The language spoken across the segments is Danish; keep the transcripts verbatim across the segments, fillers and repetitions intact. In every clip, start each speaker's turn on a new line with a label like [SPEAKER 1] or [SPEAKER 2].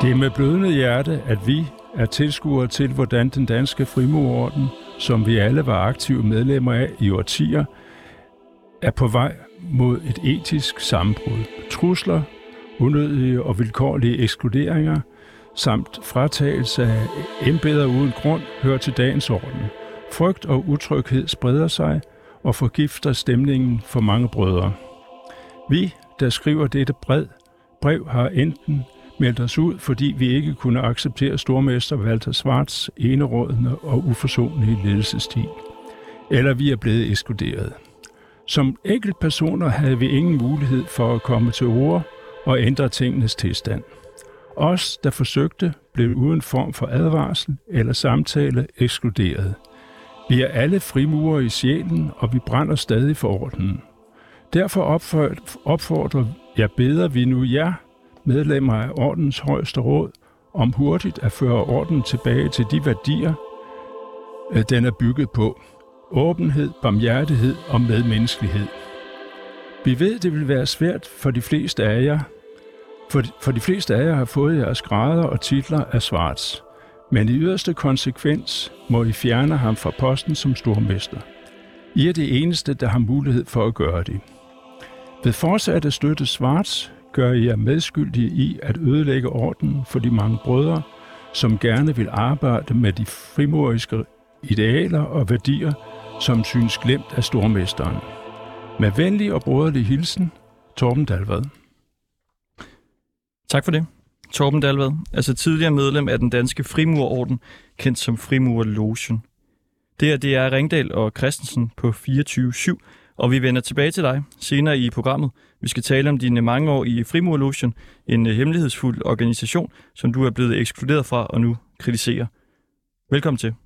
[SPEAKER 1] Det er med blødende hjerte, at vi er tilskuere til, hvordan den danske frimurerorden, som vi alle var aktive medlemmer af i årtier, er på vej mod et etisk sammenbrud. Trusler, unødige og vilkårlige ekskluderinger samt fratagelse af embeder uden grund hører til dagens orden. Frygt og utryghed spreder sig og forgifter stemningen for mange brødre. Vi, der skriver dette brev, brev har enten meldt os ud, fordi vi ikke kunne acceptere stormester Walter Schwarz' enerådende og uforsonlige ledelsesstil, eller vi er blevet ekskluderet. Som enkeltpersoner havde vi ingen mulighed for at komme til ord og ændre tingenes tilstand. Os, der forsøgte, blev uden form for advarsel eller samtale ekskluderet. Vi er alle frimurer i sjælen, og vi brænder stadig for ordenen. Derfor opfordrer jeg beder vi nu jer, medlemmer af ordenens højeste råd, om hurtigt at føre ordenen tilbage til de værdier, den er bygget på. Åbenhed, barmhjertighed og medmenneskelighed. Vi ved, det vil være svært for de fleste af jer, for de, for de fleste af jer har fået jeres grader og titler af Schwarz. Men i yderste konsekvens må I fjerne ham fra posten som stormester. I er det eneste, der har mulighed for at gøre det. Ved fortsat at støtte Schwarz, gør I jer medskyldige i at ødelægge ordenen for de mange brødre, som gerne vil arbejde med de frimureriske idealer og værdier, som synes glemt af stormesteren. Med venlig og broderlig hilsen, Torben Dalvad.
[SPEAKER 2] Tak for det. Torben Dalvad, altså tidligere medlem af den danske frimurerorden, kendt som Frimurerlogen. Det her, det er Ringdal og Christensen på fireogtyve syv, og vi vender tilbage til dig senere i programmet. Vi skal tale om dine mange år i Frimurerlogen, en hemmelighedsfuld organisation, som du er blevet ekskluderet fra og nu kritiserer. Velkommen til.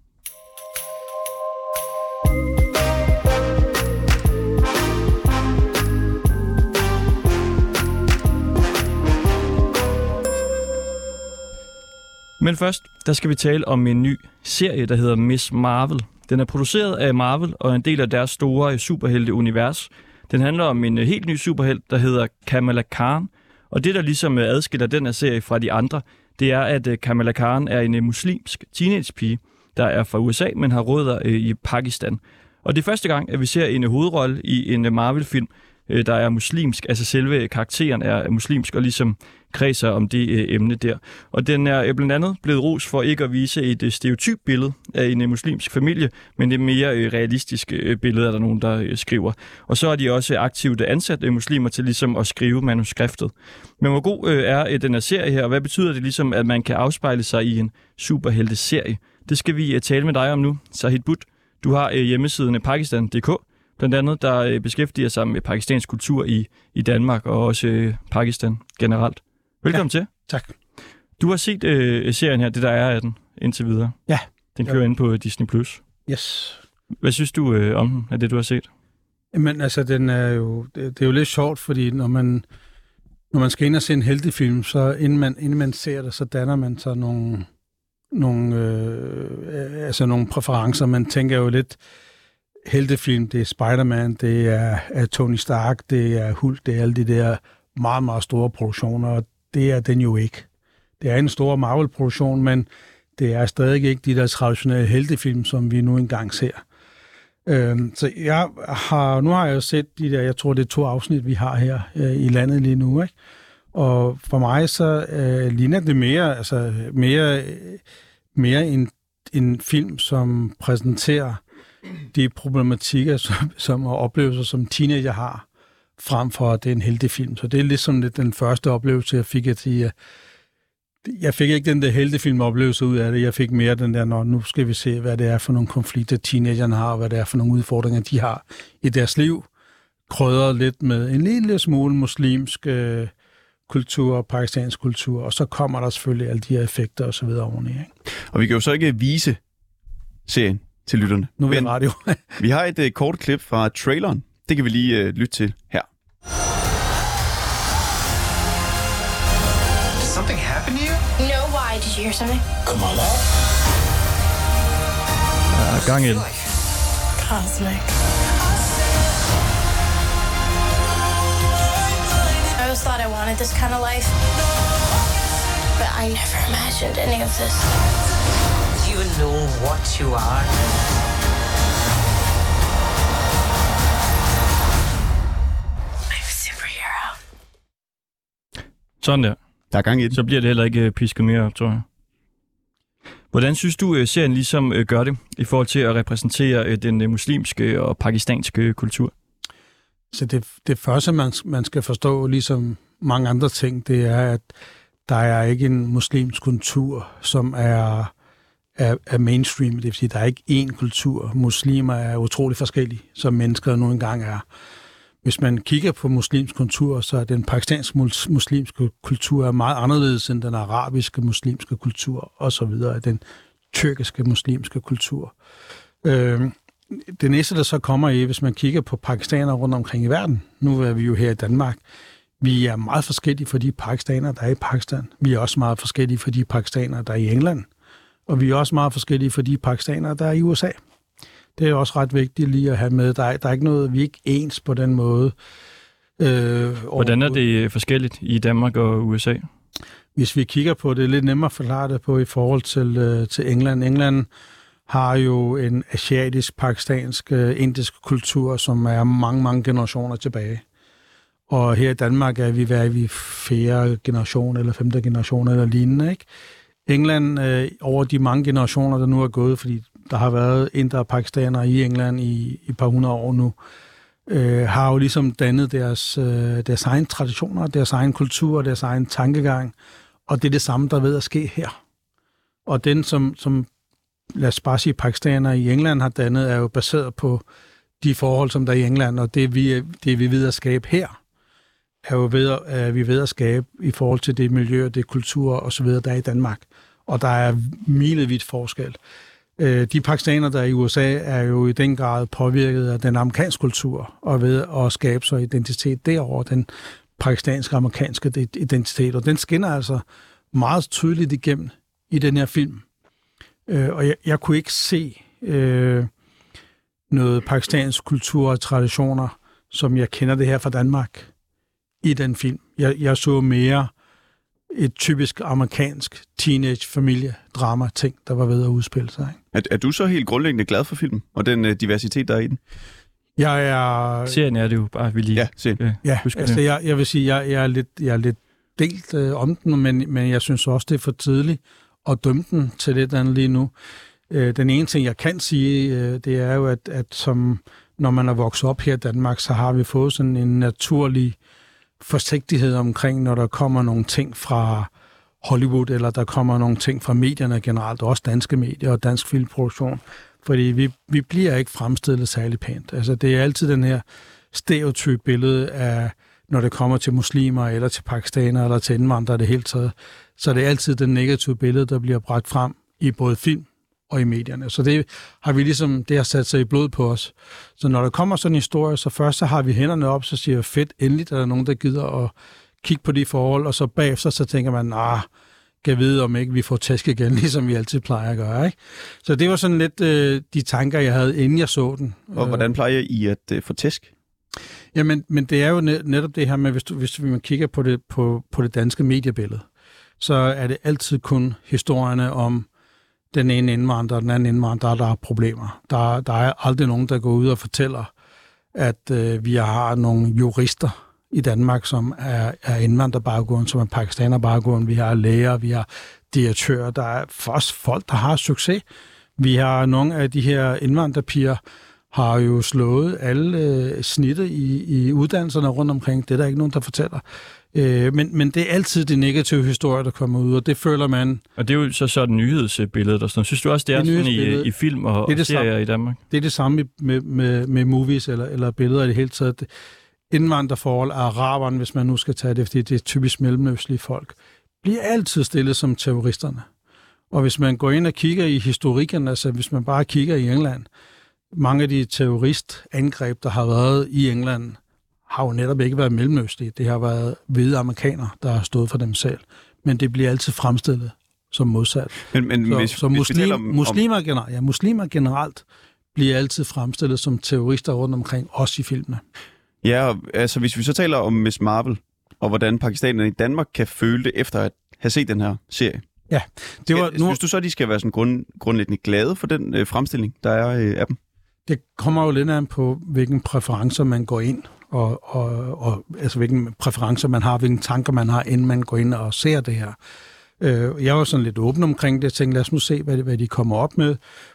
[SPEAKER 2] Men først, der skal vi tale om en ny serie, der hedder Miss Marvel. Den er produceret af Marvel og en del af deres store superhelte-univers. Den handler om en helt ny superhelt, der hedder Kamala Khan. Og det, der ligesom adskiller den her serie fra de andre, det er, at Kamala Khan er en muslimsk teenagepige, der er fra U S A, men har rødder i Pakistan. Og det er første gang, at vi ser en hovedrolle i en Marvel-film, der er muslimsk. Altså selve karakteren er muslimsk og ligesom kredser om det øh, emne der. Og den er blandt andet blevet ros for ikke at vise et øh, stereotyp billede af en øh, muslimsk familie, men et mere øh, realistisk øh, billede, er der nogen, der øh, skriver. Og så er de også aktivt ansat øh, muslimer til ligesom at skrive manuskriptet. Men hvor god øh, er øh, den her serie her, og hvad betyder det ligesom, at man kan afspejle sig i en superhelte-serie? Det skal vi øh, tale med dig om nu, Sahid Butt. Du har øh, hjemmesiden pakistan punktum d k, blandt andet, der øh, beskæftiger sig med pakistansk kultur i, i Danmark og også øh, Pakistan generelt. Velkommen ja, til.
[SPEAKER 3] Tak.
[SPEAKER 2] Du har set øh, serien her, det der er af den, indtil videre.
[SPEAKER 3] Ja.
[SPEAKER 2] Den kører ja. inde på Disney plus.
[SPEAKER 3] Yes.
[SPEAKER 2] Hvad synes du øh, om den, af det, du har set?
[SPEAKER 3] Jamen, altså, den er jo, det, det er jo lidt sjovt, fordi når man, når man skal ind og se en heltefilm, så inden man, inden man ser det, så danner man så nogle, nogle, øh, altså nogle præferencer. Man tænker jo lidt, heltefilm, det er Spider-Man, det er, er Tony Stark, det er Hulk, det er alle de der meget, meget store produktioner, og det er den jo ikke. Det er en stor Marvel-produktion, men det er stadig ikke de der traditionelle heltefilm, som vi nu engang ser. Øhm, så jeg har, nu har jeg jo set de der, jeg tror det er to afsnit, vi har her øh, i landet lige nu, ikke? Og for mig så øh, ligner det mere, altså mere, mere en, en film, som præsenterer de problematikker, som, som oplevelser, som teenager har, frem for at det er en heltefilm. Så det er ligesom lidt den første oplevelse, jeg fik, at jeg, jeg fik ikke den der heltefilm-oplevelse ud af det. Jeg fik mere den der, når nu skal vi se, hvad det er for nogle konflikter, teenagerne har, og hvad det er for nogle udfordringer, de har i deres liv. Krydret lidt med en lille smule muslimsk øh, kultur og pakistansk kultur, og så kommer der selvfølgelig alle de her effekter og så videre oveni. Ikke?
[SPEAKER 4] Og vi kan jo så ikke vise serien til lytterne.
[SPEAKER 3] Nu er vi radio.
[SPEAKER 4] Vi har et uh, kort klip fra traileren. Det kan vi lige uh, lytte til her.
[SPEAKER 5] Did something happen to you?
[SPEAKER 6] No, why? Did you hear something?
[SPEAKER 5] Come on up.
[SPEAKER 2] Ja, gang i den.
[SPEAKER 6] Cosmic. I always thought I wanted this kind of life. But I never imagined any of this.
[SPEAKER 5] You know what you are.
[SPEAKER 6] I'm a superhero.
[SPEAKER 2] Sådan der.
[SPEAKER 4] Der er gang i det.
[SPEAKER 2] Så bliver det heller ikke pisket mere op, tror jeg. Hvordan synes du, at serien ligesom gør det i forhold til at repræsentere den muslimske og pakistanske kultur?
[SPEAKER 3] Så det, det første, man, man skal forstå, ligesom mange andre ting, det er, at der er ikke en muslimsk kultur, som er, er, er mainstream. Det vil sige, der er ikke én kultur. Muslimer er utrolig forskellige, som mennesker nu engang er. Hvis man kigger på muslimsk kultur, så er den pakistanske muslimske kultur meget anderledes end den arabiske muslimske kultur, og så videre, den tyrkiske muslimske kultur. Øh, det næste, der så kommer i, hvis man kigger på pakistanere rundt omkring i verden, nu er vi jo her i Danmark, vi er meget forskellige for de pakistanere, der er i Pakistan. Vi er også meget forskellige for de pakistanere, der er i England. Og vi er også meget forskellige for de pakistanere, der er i U S A. Det er også ret vigtigt lige at have med. Der er, der er ikke noget, vi er ikke ens på den måde. Øh,
[SPEAKER 2] Hvordan er det forskelligt i Danmark og U S A?
[SPEAKER 3] Hvis vi kigger på det, det er lidt nemmere at forklare det på i forhold til, øh, til England. England har jo en asiatisk, pakistansk, øh, indisk kultur, som er mange, mange generationer tilbage. Og her i Danmark er vi, hvad er vi, fjerde generation eller femte generation eller lignende, ikke? England, øh, over de mange generationer, der nu er gået, fordi der har været indre pakistanere i England i, i et par hundrede år nu, øh, har jo ligesom dannet deres, øh, deres egne traditioner, deres egen kultur, deres egen tankegang, og det er det samme, der er ved at ske her. Og den, som, som lad os bare sige, pakistanere i England har dannet, er jo baseret på de forhold, som der er i England, og det vi, det, vi er ved at skabe her, er jo ved at, er vi ved at skabe i forhold til det miljø, det kultur og så videre, der er i Danmark. Og der er milevidt forskel. De pakistanere, der er i U S A, er jo i den grad påvirket af den amerikanske kultur, og ved at skabe sig identitet derover, den pakistanske amerikanske identitet. Og den skinner altså meget tydeligt igennem i den her film. Og jeg, jeg kunne ikke se øh, noget pakistansk kultur og traditioner, som jeg kender det her fra Danmark, i den film. Jeg, jeg så mere et typisk amerikansk teenage-familie-drama-ting, der var ved at udspille sig.
[SPEAKER 4] Er, er du så helt grundlæggende glad for filmen, og den uh, diversitet, der er i den?
[SPEAKER 3] Jeg er...
[SPEAKER 2] Serien er det jo bare, vi lige...
[SPEAKER 4] Ja, serien.
[SPEAKER 3] Ja, altså jeg, jeg vil sige, jeg, jeg, er, lidt, jeg er lidt delt øh, om den, men, men jeg synes også, det er for tidligt at dømme den til det andet lige nu. Øh, den ene ting, jeg kan sige, øh, det er jo, at, at som, når man er vokset op her i Danmark, så har vi fået sådan en naturlig forsigtighed omkring, når der kommer nogle ting fra Hollywood, eller der kommer nogle ting fra medierne generelt, også danske medier og dansk filmproduktion, fordi vi, vi bliver ikke fremstillet særlig pænt. Altså, det er altid den her stereotyp billede af, når det kommer til muslimer, eller til pakistanere, eller til indvandrere det hele taget, så det er altid den negative billede, der bliver bragt frem i både film og i medierne. Så det har vi ligesom, det har sat sig i blod på os. Så når der kommer sådan en historie, så først så har vi hænderne op, så siger fedt, endelig er der nogen, der gider at kigge på de forhold, og så bagefter så tænker man, ah, kan vide, om ikke vi får tæsk igen, ligesom vi altid plejer at gøre, ikke? Så det var sådan lidt øh, de tanker, jeg havde, inden jeg så den.
[SPEAKER 4] Og hvordan plejer I at øh, få tæsk?
[SPEAKER 3] Jamen, men det er jo netop det her med, hvis, du, hvis man kigger på det, på, på det danske mediebillede, så er det altid kun historierne om den ene indvandrer og den anden indvandrer, der har problemer. Der, der er aldrig nogen, der går ud og fortæller, at øh, vi har nogle jurister i Danmark, som er, er indvandrerbaggrund, som er pakistanerbaggrund. Vi har læger, vi har direktører. Der er først folk, der har succes. Vi har nogle af de her indvandrerpiger, har jo slået alle øh, snitte i, i uddannelserne rundt omkring. Det er der ikke nogen, der fortæller. Øh, men, men det er altid de negative historier, der kommer ud, og det føler man...
[SPEAKER 2] Og det er jo så sådan nyhedsbilledet og sådan. Synes du også, det er, det er sådan i, i film og, det det og serier samme. I Danmark?
[SPEAKER 3] Det er det samme med, med, med movies eller, eller billeder i det hele taget. Indvandrerforhold af araberne, hvis man nu skal tage det, fordi det er typisk mellemøstlige folk, bliver altid stillet som terroristerne. Og hvis man går ind og kigger i historikken, altså hvis man bare kigger i England, mange af de terroristangreb, der har været i England, har jo netop ikke været mellemøstlige. Det har været hvide amerikanere, der har stået for dem selv. Men det bliver altid fremstillet som modsat. Men, men så hvis, så muslim, hvis om, muslimer, om... generelt, ja, muslimer generelt bliver altid fremstillet som terrorister rundt omkring, også i filmene.
[SPEAKER 4] Ja, altså hvis vi så taler om Miss Marvel, og hvordan pakistanerne i Danmark kan føle det efter at have set den her serie.
[SPEAKER 3] Ja, det var...
[SPEAKER 4] Nu... Synes du så, at de skal være sådan grund, grundlæggende glade for den øh, fremstilling, der er øh, af dem? Det
[SPEAKER 3] kommer jo lidt an på, hvilken præferencer man går ind, og, og, og altså hvilken præferencer man har, hvilke tanker man har, inden man går ind og ser det her. Øh, jeg var sådan lidt åben omkring det, jeg tænkte, lad os nu se, hvad, hvad de kommer op med.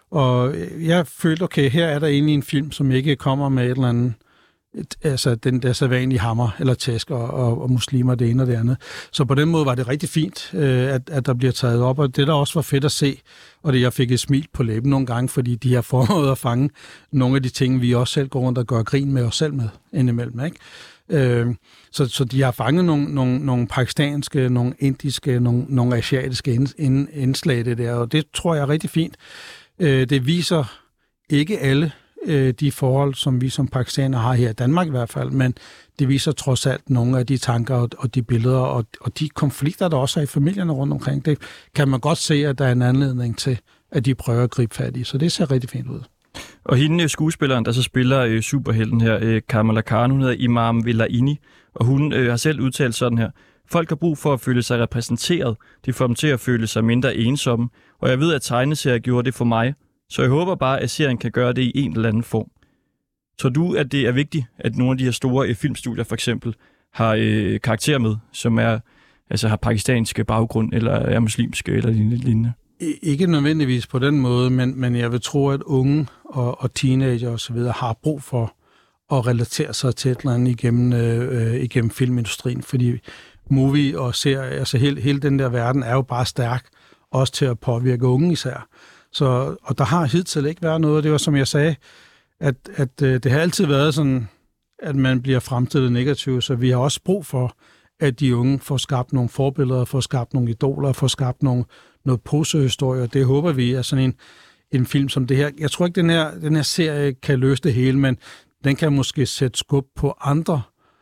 [SPEAKER 3] Og jeg følte, okay, her er der egentlig en film, som ikke kommer med et eller andet, et, altså den der sædvanlige hammer eller tæsk og, og, og muslimer det ene og det andet. Så på den måde var det rigtig fint, øh, at, at der bliver taget op, og det der også var fedt at se, og det jeg fik et smil på læben nogle gange, fordi de har formået at fange nogle af de ting, vi også selv går rundt og gør grin med os selv med indimellem, ikke? Øh, så, så de har fanget nogle, nogle, nogle pakistanske, nogle indiske, nogle, nogle asiatiske ind, ind, indslag det der, og det tror jeg er rigtig fint. Øh, det viser ikke alle øh, de forhold, som vi som pakistanere har her i Danmark i hvert fald, men det viser trods alt nogle af de tanker og, og de billeder og, og de konflikter, der også er i familierne rundt omkring. Det kan man godt se, at der er en anledning til, at de prøver at gribe fat i, så det ser rigtig fint ud.
[SPEAKER 2] Og hende, skuespilleren, der så spiller øh, superhelten her, øh, Kamala Khan, hun hedder Imam Villaini, og hun øh, har selv udtalt sådan her: folk har brug for at føle sig repræsenteret, de får dem til at føle sig mindre ensomme, og jeg ved, at tegneserier gjorde det for mig, så jeg håber bare, at serien kan gøre det i en eller anden form. Tror du, at det er vigtigt, at nogle af de her store øh, filmstudier for eksempel har øh, karakterer med, som er, altså har pakistanske baggrund, eller er muslimske, eller lignende?
[SPEAKER 3] Ikke nødvendigvis på den måde, men, men jeg vil tro, at unge og, og teenager og så videre har brug for at relatere sig til et eller andet igennem, øh, igennem filmindustrien, fordi movie og serie, altså hele, hele den der verden er jo bare stærk, også til at påvirke unge især. Så, og der har hidtil ikke været noget, det var som jeg sagde, at, at øh, det har altid været sådan, at man bliver fremstillet negativt, så vi har også brug for, at de unge får skabt nogle forbilleder, får skabt nogle idoler, får skabt nogle noget posehistorie, og det håber vi er sådan en, en film som det her. Jeg tror ikke, den her, den her serie kan løse det hele, men den kan måske sætte skub på andre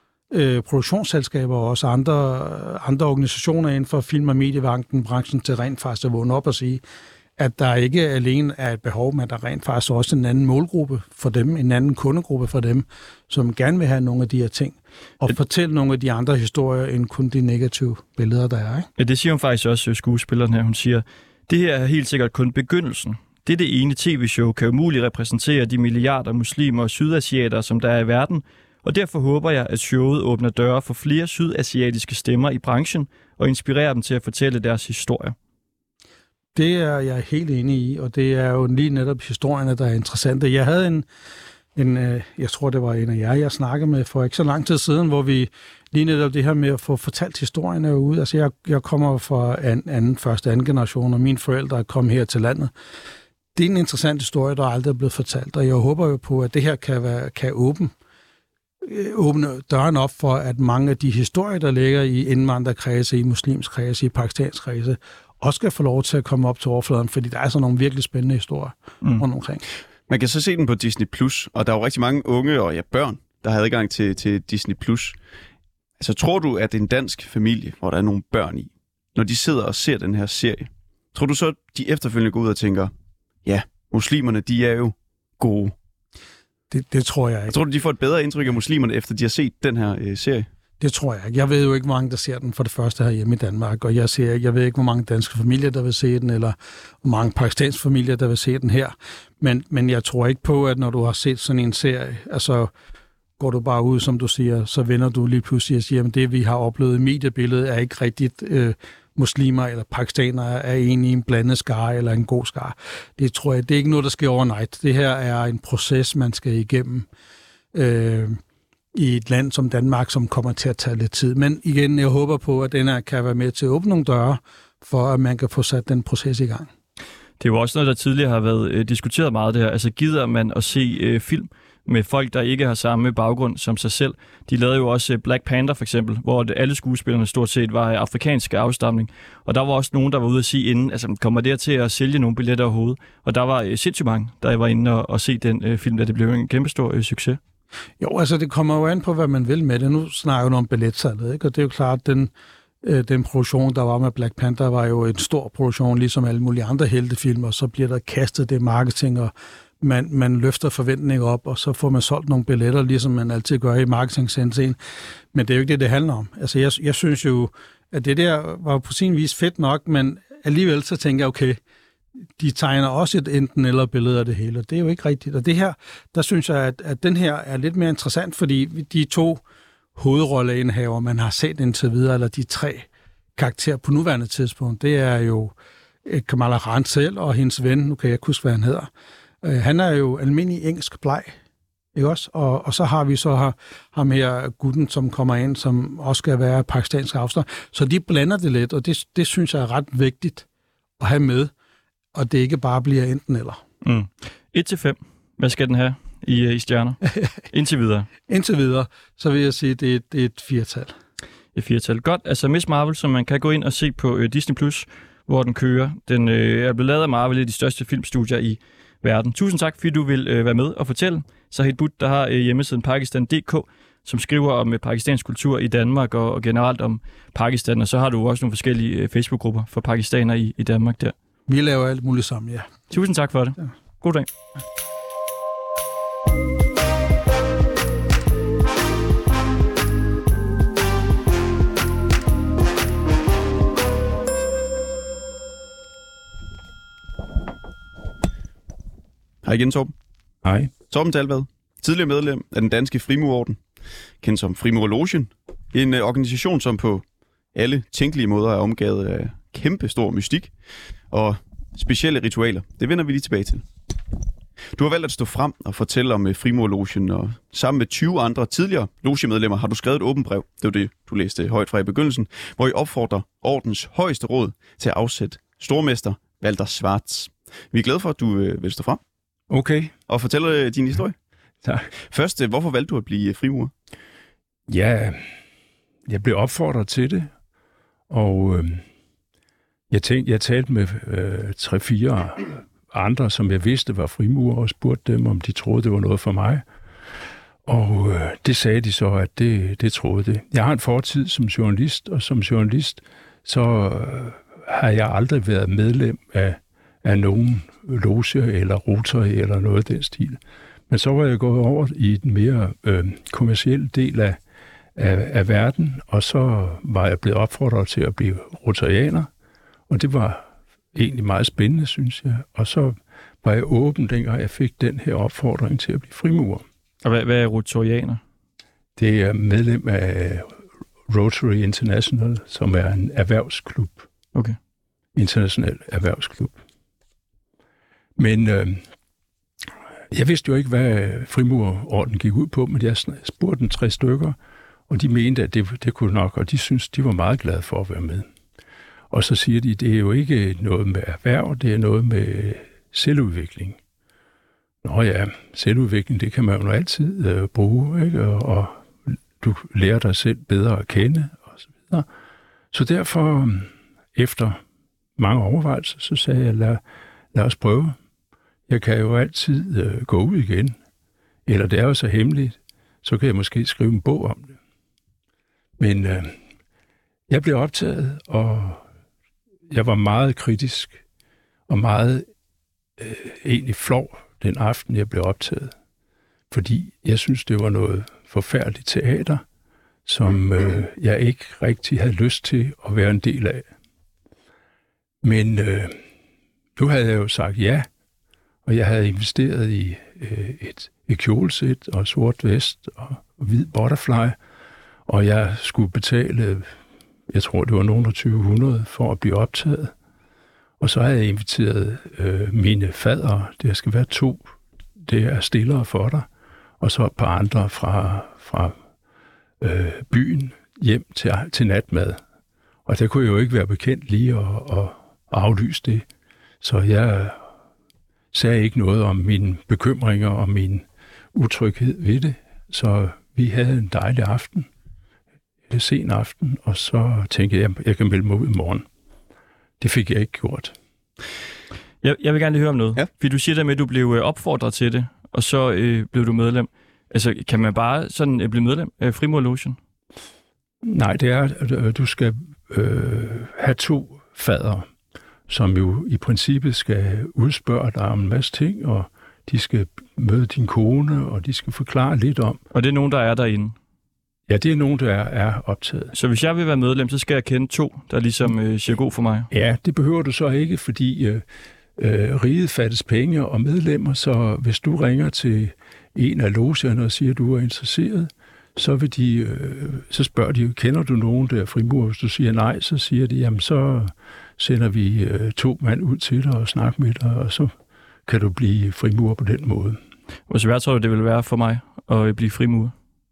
[SPEAKER 3] øh, produktionsselskaber og også andre, andre organisationer inden for film- og mediebranchen til rent faktisk at vågne op og sige, at der ikke alene er et behov, men der rent faktisk også en anden målgruppe for dem, en anden kundegruppe for dem, som gerne vil have nogle af de her ting, og ja. fortælle nogle af de andre historier, end kun de negative billeder, der er. Ikke?
[SPEAKER 2] Ja, det siger hun faktisk også, skuespilleren her. Hun siger, det her er helt sikkert kun begyndelsen. Dette ene tv-show kan umuligt repræsentere de milliarder muslimer og sydasiater, som der er i verden, og derfor håber jeg, at showet åbner døre for flere sydasiatiske stemmer i branchen og inspirerer dem til at fortælle deres historier.
[SPEAKER 3] Det er jeg helt enig i, og det er jo lige netop historierne, der er interessante. Jeg havde en, en, jeg tror det var en af jer, jeg snakkede med for ikke så lang tid siden, hvor vi lige netop det her med at få fortalt historierne ud. Altså jeg, jeg kommer fra an, anden, første anden generation, og mine forældre er kommet her til landet. Det er en interessant historie, der aldrig er blevet fortalt, og jeg håber jo på, at det her kan, være, kan åbne, åbne døren op for, at mange af de historier, der ligger i indvandrerkredse, i muslimsk kredse, i pakistansk kredse, også skal få lov til at komme op til overfladen, fordi der er sådan nogle virkelig spændende historier mm. rundt omkring.
[SPEAKER 4] Man kan så se den på Disney Plus, og der er jo rigtig mange unge og ja, børn, der har adgang til, til Disney Plus. Altså, tror du, at det er en dansk familie, hvor der er nogle børn i, når de sidder og ser den her serie? Tror du så, at de efterfølgende går ud og tænker, ja, muslimerne, de er jo gode?
[SPEAKER 3] Det, det tror jeg ikke.
[SPEAKER 4] Jeg tror du, de får et bedre indtryk af muslimerne, efter de har set den her øh, serie?
[SPEAKER 3] Det tror jeg ikke. Jeg ved jo ikke, hvor mange, der ser den for det første her hjemme i Danmark, og jeg, ser, jeg ved ikke, hvor mange danske familier, der vil se den, eller hvor mange pakistanske familier, der vil se den her. Men, men jeg tror ikke på, at når du har set sådan en serie, altså går du bare ud, som du siger, så vender du lige pludselig og siger, at det, vi har oplevet i mediebilledet, er ikke rigtigt øh, muslimer eller pakistanere er egentlig i en blandet skare eller en god skare. Det tror jeg, det er ikke noget, der sker overnight. Det her er en proces, man skal igennem øh, i et land som Danmark, som kommer til at tage lidt tid. Men igen, jeg håber på, at den her kan være med til at åbne nogle døre, for at man kan få sat den proces i gang.
[SPEAKER 2] Det er jo også noget, der tidligere har været øh, diskuteret meget det her. Altså gider man at se øh, film med folk, der ikke har samme baggrund som sig selv? De lavede jo også Black Panther for eksempel, hvor alle skuespillerne stort set var afrikanske afstamning. Og der var også nogen, der var ude at sige inden, altså kommer det til at sælge nogle billetter overhovedet? Og der var øh, sindssygt mange, der var inde og, og se den øh, film, der det blev en kæmpestor øh, succes.
[SPEAKER 3] Jo, altså det kommer jo an på, hvad man vil med det. Nu snakker du om billetsalget, ikke? Og det er jo klart, den, øh, den produktion, der var med Black Panther, var jo en stor produktion, ligesom alle mulige andre heltefilmer. Så bliver der kastet det marketing og man, man løfter forventninger op, og så får man solgt nogle billetter, ligesom man altid gør i marketing-sensen. Men det er jo ikke det, det handler om. Altså, jeg, jeg synes jo, at det der var på sin vis fedt nok, men alligevel så tænker jeg, okay, de tegner også et enten eller billede af det hele, og det er jo ikke rigtigt. Og det her, der synes jeg, at, at den her er lidt mere interessant, fordi de to hovedrolleindhaver, man har set indtil videre, eller de tre karakterer på nuværende tidspunkt, det er jo Kamala Khan selv og hendes ven, nu kan jeg ikke huske, hvad han hedder. Uh, han er jo almindelig engelsk bleg, ikke også? Og, og så har vi så her, ham her gutten, som kommer ind, som også skal være pakistansk afstand. Så de blander det lidt, og det, det synes jeg er ret vigtigt at have med, og det ikke bare bliver enten eller.
[SPEAKER 2] Mm. et til fem. Hvad skal den have i, i stjerner? Indtil videre.
[SPEAKER 3] Indtil videre, så vil jeg sige, at det er, det er et firtal.
[SPEAKER 2] Et firtal. Godt. Altså Miss Marvel, som man kan gå ind og se på øh, Disney plus, hvor den kører. Den øh, er blevet lavet af Marvel, i de største filmstudier i verden. Tusind tak, fordi du vil øh, være med og fortælle. Sahid Butt, der har øh, hjemmesiden Pakistan punktum d k, som skriver om øh, pakistansk kultur i Danmark og, og generelt om Pakistan. Og så har du også nogle forskellige øh, Facebook-grupper for pakistanere i, i Danmark der.
[SPEAKER 3] Vi laver alt muligt sammen, ja.
[SPEAKER 2] Tusind tak for det. Ja. God dag.
[SPEAKER 4] Hej igen, Torben.
[SPEAKER 1] Hej.
[SPEAKER 4] Torben Dalvad, tidligere medlem af den danske Frimurerorden, kendt som Frimurerlogen. En øh, organisation, som på alle tænkelige måder er omgivet af kæmpe stor mystik og specielle ritualer. Det vender vi lige tilbage til. Du har valgt at stå frem og fortælle om Frimurerlogen, og sammen med tyve andre tidligere logemedlemmer har du skrevet et åbent brev, det var det, du læste højt fra i begyndelsen, hvor I opfordrer ordens højeste råd til at afsætte stormester Walter Schwarz. Vi er glade for, at du øh, vil stå frem.
[SPEAKER 1] Okay.
[SPEAKER 4] Og fortælle din historie.
[SPEAKER 1] Tak.
[SPEAKER 4] Først, hvorfor valgte du at blive frimurer?
[SPEAKER 1] Ja, jeg blev opfordret til det, og øh, jeg tænkte, jeg talte med øh, tre-fire andre, som jeg vidste var frimurer, og spurgte dem, om de troede, det var noget for mig. Og øh, det sagde de så, at det, det troede det. Jeg har en fortid som journalist, og som journalist, så øh, har jeg aldrig været medlem af, af nogen loge eller Rotary eller noget af den stil. Men så var jeg gået over i den mere øh, kommercielle del af, af, af verden, og så var jeg blevet opfordret til at blive rotarianer, og det var egentlig meget spændende, synes jeg. Og så var jeg åben, dengang jeg fik den her opfordring til at blive frimurer.
[SPEAKER 2] Og hvad, hvad er rotarianer?
[SPEAKER 1] Det er medlem af Rotary International, som er en erhvervsklub.
[SPEAKER 2] Okay.
[SPEAKER 1] International erhvervsklub. Men øh, jeg vidste jo ikke, hvad frimurerorden gik ud på, men jeg spurgte den tre stykker, og de mente, at det, det kunne nok, og de synes, de var meget glade for at være med. Og så siger de, det er jo ikke noget med erhverv, det er noget med selvudvikling. Nå ja, selvudvikling, det kan man jo altid øh, bruge, ikke? Og, og du lærer dig selv bedre at kende, og så videre. Så derfor, efter mange overvejelser, så sagde jeg, lad, lad os prøve. Jeg kan jo altid øh, gå ud igen, eller det er jo så hemmeligt, så kan jeg måske skrive en bog om det. Men øh, jeg blev optaget, og jeg var meget kritisk, og meget øh, egentlig flov den aften, jeg blev optaget. Fordi jeg synes, det var noget forfærdeligt teater, som øh, jeg ikke rigtig havde lyst til at være en del af. Men øh, nu havde jeg jo sagt ja, og jeg havde investeret i øh, et, et kjolesæt og sort vest og hvid butterfly, og jeg skulle betale, jeg tror det var nogen af tyve hundrede for at blive optaget. Og så havde jeg inviteret øh, mine fadere, der skal være to, det er stillere for dig, og så et par andre fra, fra øh, byen hjem til, til natmad. Og der kunne jeg jo ikke være bekendt lige at, at aflyse det. Så jeg sagde ikke noget om mine bekymringer og min utryghed ved det. Så vi havde en dejlig aften, en sen aften, og så tænkte jeg, at jeg kan melde mig ud i morgen. Det fik jeg ikke gjort.
[SPEAKER 2] Jeg, jeg vil gerne lige høre om noget.
[SPEAKER 4] Ja.
[SPEAKER 2] Fordi du siger der med, at du blev opfordret til det, og så øh, blev du medlem. Altså, kan man bare sådan øh, blive medlem af Frimurerlogen?
[SPEAKER 1] Nej, det er, at du skal øh, have to fadere, som jo i princippet skal udspørge dig om en masse ting, og de skal møde din kone, og de skal forklare lidt om.
[SPEAKER 2] Og det er nogen, der er derinde?
[SPEAKER 1] Ja, det er nogen, der er optaget.
[SPEAKER 2] Så hvis jeg vil være medlem, så skal jeg kende to, der ligesom øh, siger god for mig?
[SPEAKER 1] Ja, det behøver du så ikke, fordi øh, øh, riget fattes penge og medlemmer, så hvis du ringer til en af logerne og siger, at du er interesseret, så vil de, øh, så spørger de, kender du nogen der frimurer? Hvis du siger nej, så siger de, jamen så sender vi øh, to mand ud til dig og snakker med dig, og så kan du blive frimurer på den måde.
[SPEAKER 2] Hvor svært tror du, det vil være for mig at blive frimurer?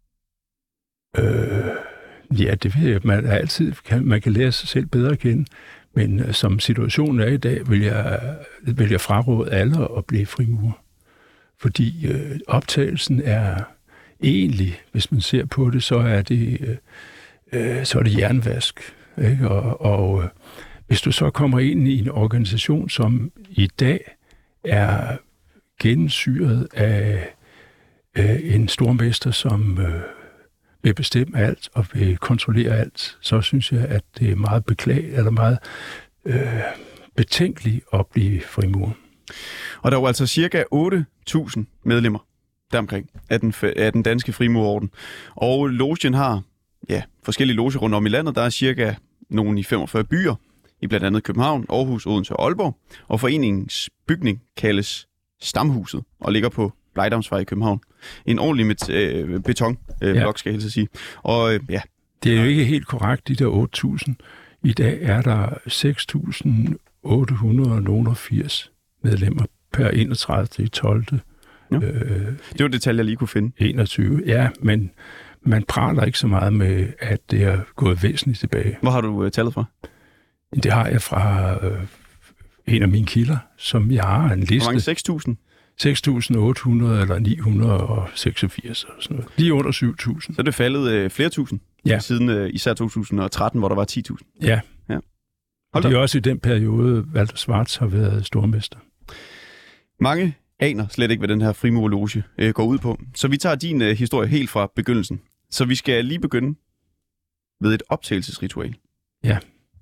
[SPEAKER 1] Øh, ja, det ved jeg. Man, altid kan, man kan lære sig selv bedre at kende, men øh, som situationen er i dag, vil jeg, vil jeg fraråde alle at blive frimurer. Fordi øh, optagelsen er egentlig, hvis man ser på det, så er det, øh, så er det jernvask. Ikke? Og, og øh, hvis du så kommer ind i en organisation, som i dag er gennemsyret af øh, en stormester, som øh, vil bestemme alt og vil kontrollere alt, så synes jeg, at det er meget beklageligt, eller meget øh, betænkeligt at blive frimurer.
[SPEAKER 4] Og der er jo altså cirka otte tusind medlemmer deromkring af den, af den danske frimurerorden. Og logen har ja, forskellige loger rundt om i landet. Der er cirka nogen i femogfyrre byer, i blandt andet København, Aarhus, Odense og Aalborg. Og foreningens bygning kaldes Stamhuset og ligger på Blejdamsvej i København. En ordentlig met, øh, beton øh,
[SPEAKER 1] ja.
[SPEAKER 4] blok, skal jeg helst sige. Og øh, ja.
[SPEAKER 1] Det er jo ikke helt korrekt, de der otte tusind. I dag er der seks tusind otte hundrede og firs medlemmer per enogtredivte tolvte
[SPEAKER 4] Ja. Øh, det var det tal, jeg lige kunne finde.
[SPEAKER 1] enogtyve, ja, men man praler ikke så meget med, at det er gået væsentligt tilbage.
[SPEAKER 4] Hvor har du uh, tallet fra?
[SPEAKER 1] Det har jeg fra øh, en af mine kilder, som jeg har en liste.
[SPEAKER 4] Hvor mange? seks tusind?
[SPEAKER 1] seks tusind otte hundrede eller ni hundrede og seksogfirs eller sådan noget. Lige under syv tusind.
[SPEAKER 4] Så er det faldet øh, flere tusind
[SPEAKER 1] ja.
[SPEAKER 4] siden øh, især to tusind og tretten, hvor der var ti tusind.
[SPEAKER 1] Ja.
[SPEAKER 4] ja.
[SPEAKER 1] Og det er også i den periode, Walter Schwarz har været stormester.
[SPEAKER 4] Mange aner slet ikke, hvad den her frimurerloge øh, går ud på. Så vi tager din øh, historie helt fra begyndelsen. Så vi skal lige begynde ved et optagelsesritual.
[SPEAKER 1] Ja.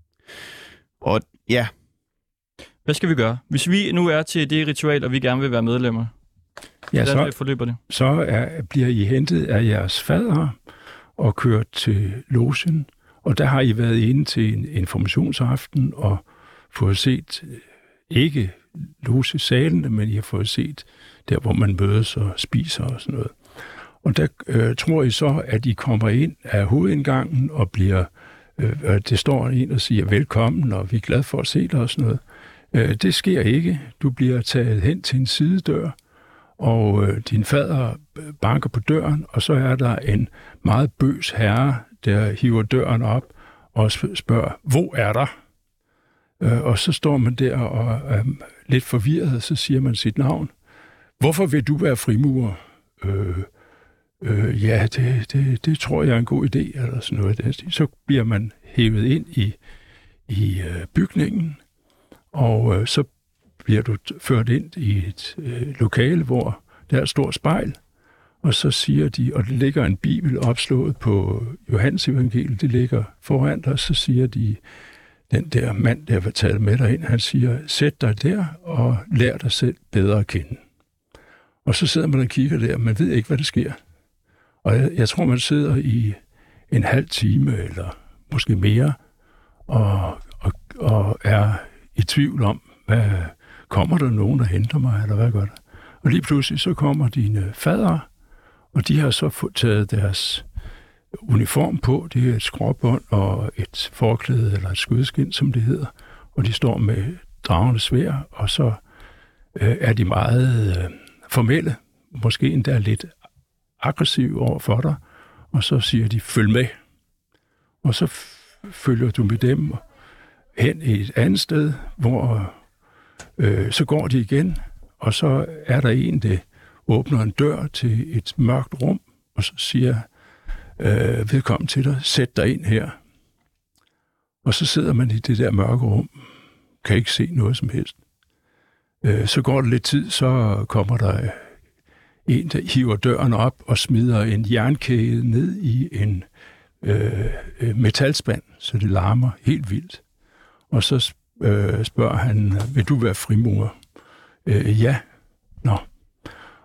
[SPEAKER 4] Og ja.
[SPEAKER 2] Hvad skal vi gøre? Hvis vi nu er til det ritual, og vi gerne vil være medlemmer,
[SPEAKER 1] ja,
[SPEAKER 2] hvordan
[SPEAKER 1] så,
[SPEAKER 2] forløber det?
[SPEAKER 1] Så er, bliver I hentet af jeres fader og kørt til logen, og der har I været inde til en informationsaften og fået set, ikke logesalene, men I har fået set der, hvor man mødes og spiser og sådan noget. Og der øh, tror I så, at I kommer ind af hovedindgangen og bliver, øh, det står en og siger velkommen, og vi er glade for at se dig og sådan noget. Øh, det sker ikke. Du bliver taget hen til en sidedør, og øh, din fader banker på døren, og så er der en meget bøs herre, der hiver døren op og spørger, hvor er der? Øh, og så står man der og er lidt forvirret, og så siger man sit navn. Hvorfor vil du være frimurer? Øh, øh, ja, det, det, det tror jeg er en god idé, eller sådan noget. Så bliver man hævet ind i, i øh, bygningen, og øh, så bliver du ført ind i et øh, lokale, hvor der er et stort spejl, og så siger de, og der ligger en bibel opslået på Johannes evangeliet, det ligger foran dig, så siger de, den der mand, der vil tale med dig ind, han siger, sæt dig der og lær dig selv bedre at kende. Og så sidder man og kigger der, man ved ikke, hvad der sker. Og jeg, jeg tror, man sidder i en halv time, eller måske mere, og, og, og er i tvivl om, hvad kommer der nogen, der henter mig, eller hvad gør der? Og lige pludselig så kommer dine fadere, og de har så fået taget deres uniform på. Det er et skråbånd og et forklæde, eller et skudskind, som det hedder. Og de står med dragende sværd, og så øh, er de meget øh, formelle, måske endda lidt aggressive over for dig, og så siger de, følg med. Og så f- følger du med dem hen i et andet sted, hvor øh, så går de igen, og så er der en, der åbner en dør til et mørkt rum, og så siger øh, velkommen til dig, sæt dig ind her. Og så sidder man i det der mørke rum, kan ikke se noget som helst. Øh, så går det lidt tid, så kommer der en, der hiver døren op og smider en jernkæde ned i en øh, metalspand, så det larmer helt vildt. Og så øh, spørger han, vil du være frimurer? Øh, ja. Nå.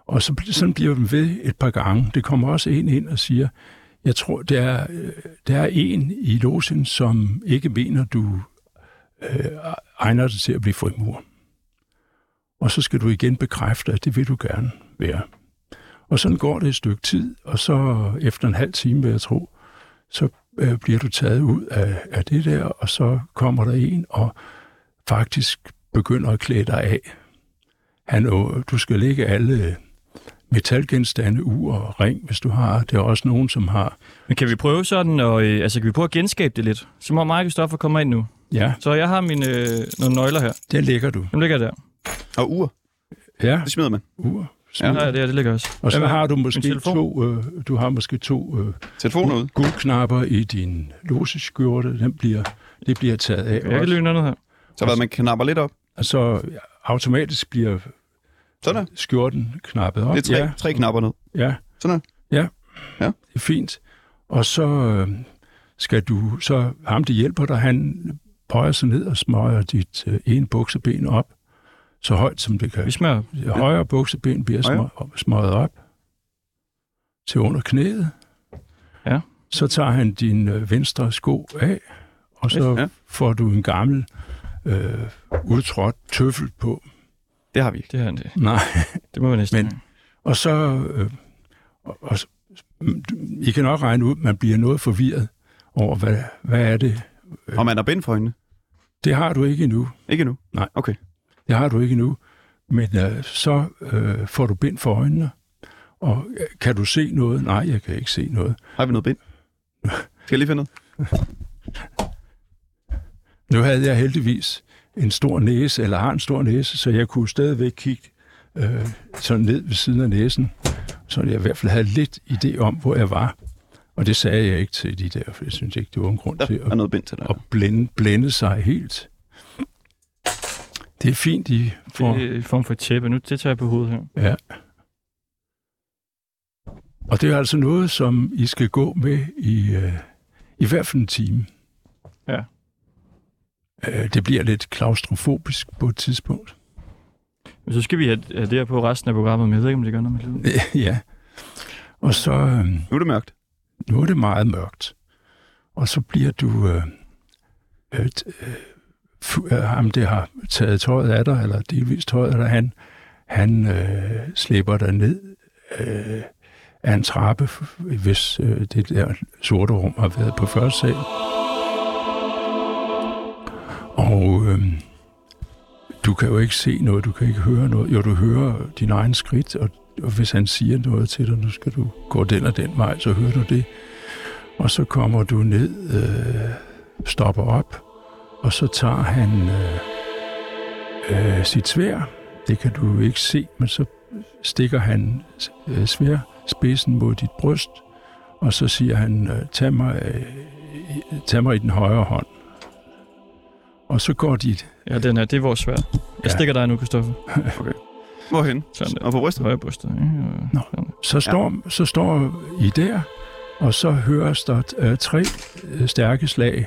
[SPEAKER 1] Og så, sådan bliver den ved et par gange. Det kommer også en ind og siger, jeg tror, der er, der er en i logen, som ikke mener, du øh, egner dig til at blive frimurer. Og så skal du igen bekræfte, at det vil du gerne være. Og sådan går det et stykke tid, og så efter en halv time, vil jeg tro, så øh, bliver du taget ud af, af det der, og så kommer der en og faktisk begynder at klæde dig af. Han, du skal lægge alle metalgenstande, ur og ring, hvis du har. Det er også nogen, som har...
[SPEAKER 2] Men kan vi prøve sådan, og, øh, altså kan vi prøve at genskabe det lidt? Så må Mark Kristoffer komme ind nu.
[SPEAKER 1] Ja.
[SPEAKER 2] Så jeg har mine øh, nogle nøgler her.
[SPEAKER 1] Der ligger du.
[SPEAKER 2] Dem ligger der.
[SPEAKER 4] Og ur.
[SPEAKER 1] Ja.
[SPEAKER 4] Det smider man.
[SPEAKER 1] Ur.
[SPEAKER 2] Ja, ja det, det ligger også.
[SPEAKER 1] Og så
[SPEAKER 2] Hvem
[SPEAKER 1] har du måske
[SPEAKER 2] telefon?
[SPEAKER 1] to, øh, du har måske to øh,
[SPEAKER 4] Telefoner ud.
[SPEAKER 1] guldknapper i din loseskjorte. Den bliver, det bliver taget af.
[SPEAKER 2] Jeg kan
[SPEAKER 1] også.
[SPEAKER 2] lige noget her.
[SPEAKER 4] Så hvad, man knapper lidt op.
[SPEAKER 1] Og så automatisk bliver
[SPEAKER 4] Sådan.
[SPEAKER 1] skjorten knappet op.
[SPEAKER 4] Det er tre,
[SPEAKER 1] Ja.
[SPEAKER 4] tre knapper ned.
[SPEAKER 1] Ja.
[SPEAKER 4] Sådan.
[SPEAKER 1] Ja.
[SPEAKER 4] Ja.
[SPEAKER 1] Det er fint. Og så øh, skal du, så ham, der hjælper dig, han bøjer sig ned og smøger dit øh, ene bukseben op, så højt som det kan.
[SPEAKER 2] Vi smører.
[SPEAKER 1] Det højre bukseben bliver smø- smøget op til under knæet.
[SPEAKER 2] Ja.
[SPEAKER 1] Så tager han din øh, venstre sko af, og så
[SPEAKER 4] Ja.
[SPEAKER 1] får du en gammel øh, udtrådt tøffel på.
[SPEAKER 4] Det har vi ikke.
[SPEAKER 2] Det her det.
[SPEAKER 1] Nej.
[SPEAKER 2] Det må vi næsten.
[SPEAKER 1] Men- Og så, øh, og, og, I kan nok regne ud, man bliver noget forvirret over, hvad, hvad er det?
[SPEAKER 4] Og man har bind for øjnene.
[SPEAKER 1] Det har du ikke endnu.
[SPEAKER 4] Ikke endnu?
[SPEAKER 1] Nej.
[SPEAKER 4] Okay.
[SPEAKER 1] Det har du ikke endnu. Men øh, så øh, får du bind for øjnene. Og øh, kan du se noget? Nej, jeg kan ikke se noget.
[SPEAKER 4] Har vi noget bind? Skal jeg lige finde noget?
[SPEAKER 1] Nu havde jeg heldigvis en stor næse, eller har en stor næse, så jeg kunne stadigvæk kigge øh, sådan ned ved siden af næsen, så jeg i hvert fald havde lidt idé om, hvor jeg var. Og det sagde jeg ikke til de der, for jeg synes ikke, det var en grund
[SPEAKER 4] Der
[SPEAKER 1] til
[SPEAKER 4] er
[SPEAKER 1] at,
[SPEAKER 4] noget bind til dig.
[SPEAKER 1] at blende, blende sig helt. Det er fint, I får...
[SPEAKER 2] Det er en form for et tæppe. Nu det tager jeg på hovedet her.
[SPEAKER 1] Ja. Og det er altså noget, som I skal gå med i, øh, i hvert fald en time.
[SPEAKER 2] Ja.
[SPEAKER 1] Øh, det bliver lidt klaustrofobisk på et tidspunkt.
[SPEAKER 2] Men så skal vi have, have det her på resten af programmet, men jeg ved ikke, om det gør noget med livet.
[SPEAKER 1] Ja. Og så... Øh,
[SPEAKER 4] Nu er det mørkt.
[SPEAKER 1] nu er det meget mørkt. Og så bliver du... Øh, øh, øh, ham, der har taget tøjet af dig, eller delvis tøjet af dig, han, han øh, slæber dig ned øh, af en trappe, hvis øh, det der sorte rum har været på første sal. Og øh, du kan jo ikke se noget, du kan ikke høre noget. Jo, du hører din egen skridt, og, og hvis han siger noget til dig, nu skal du gå den og den vej, så hører du det. Og så kommer du ned, øh, stopper op, og så tager han øh, øh, sit sværd. Det kan du ikke se, men så stikker han øh, sværdspidsen mod dit bryst, og så siger han, øh, tag, mig, øh, tag mig i den højre hånd. Og så går dit...
[SPEAKER 2] Ja, den er, det er vores svær. Jeg
[SPEAKER 1] Ja.
[SPEAKER 2] stikker dig nu, Kristoffer.
[SPEAKER 4] Hvorhen?
[SPEAKER 2] Sådan der.
[SPEAKER 4] Og på brystet?
[SPEAKER 2] Højre brystet. Ja,
[SPEAKER 1] Nå. Så står, ja. så står I der, og så høres der øh, tre øh, stærke slag.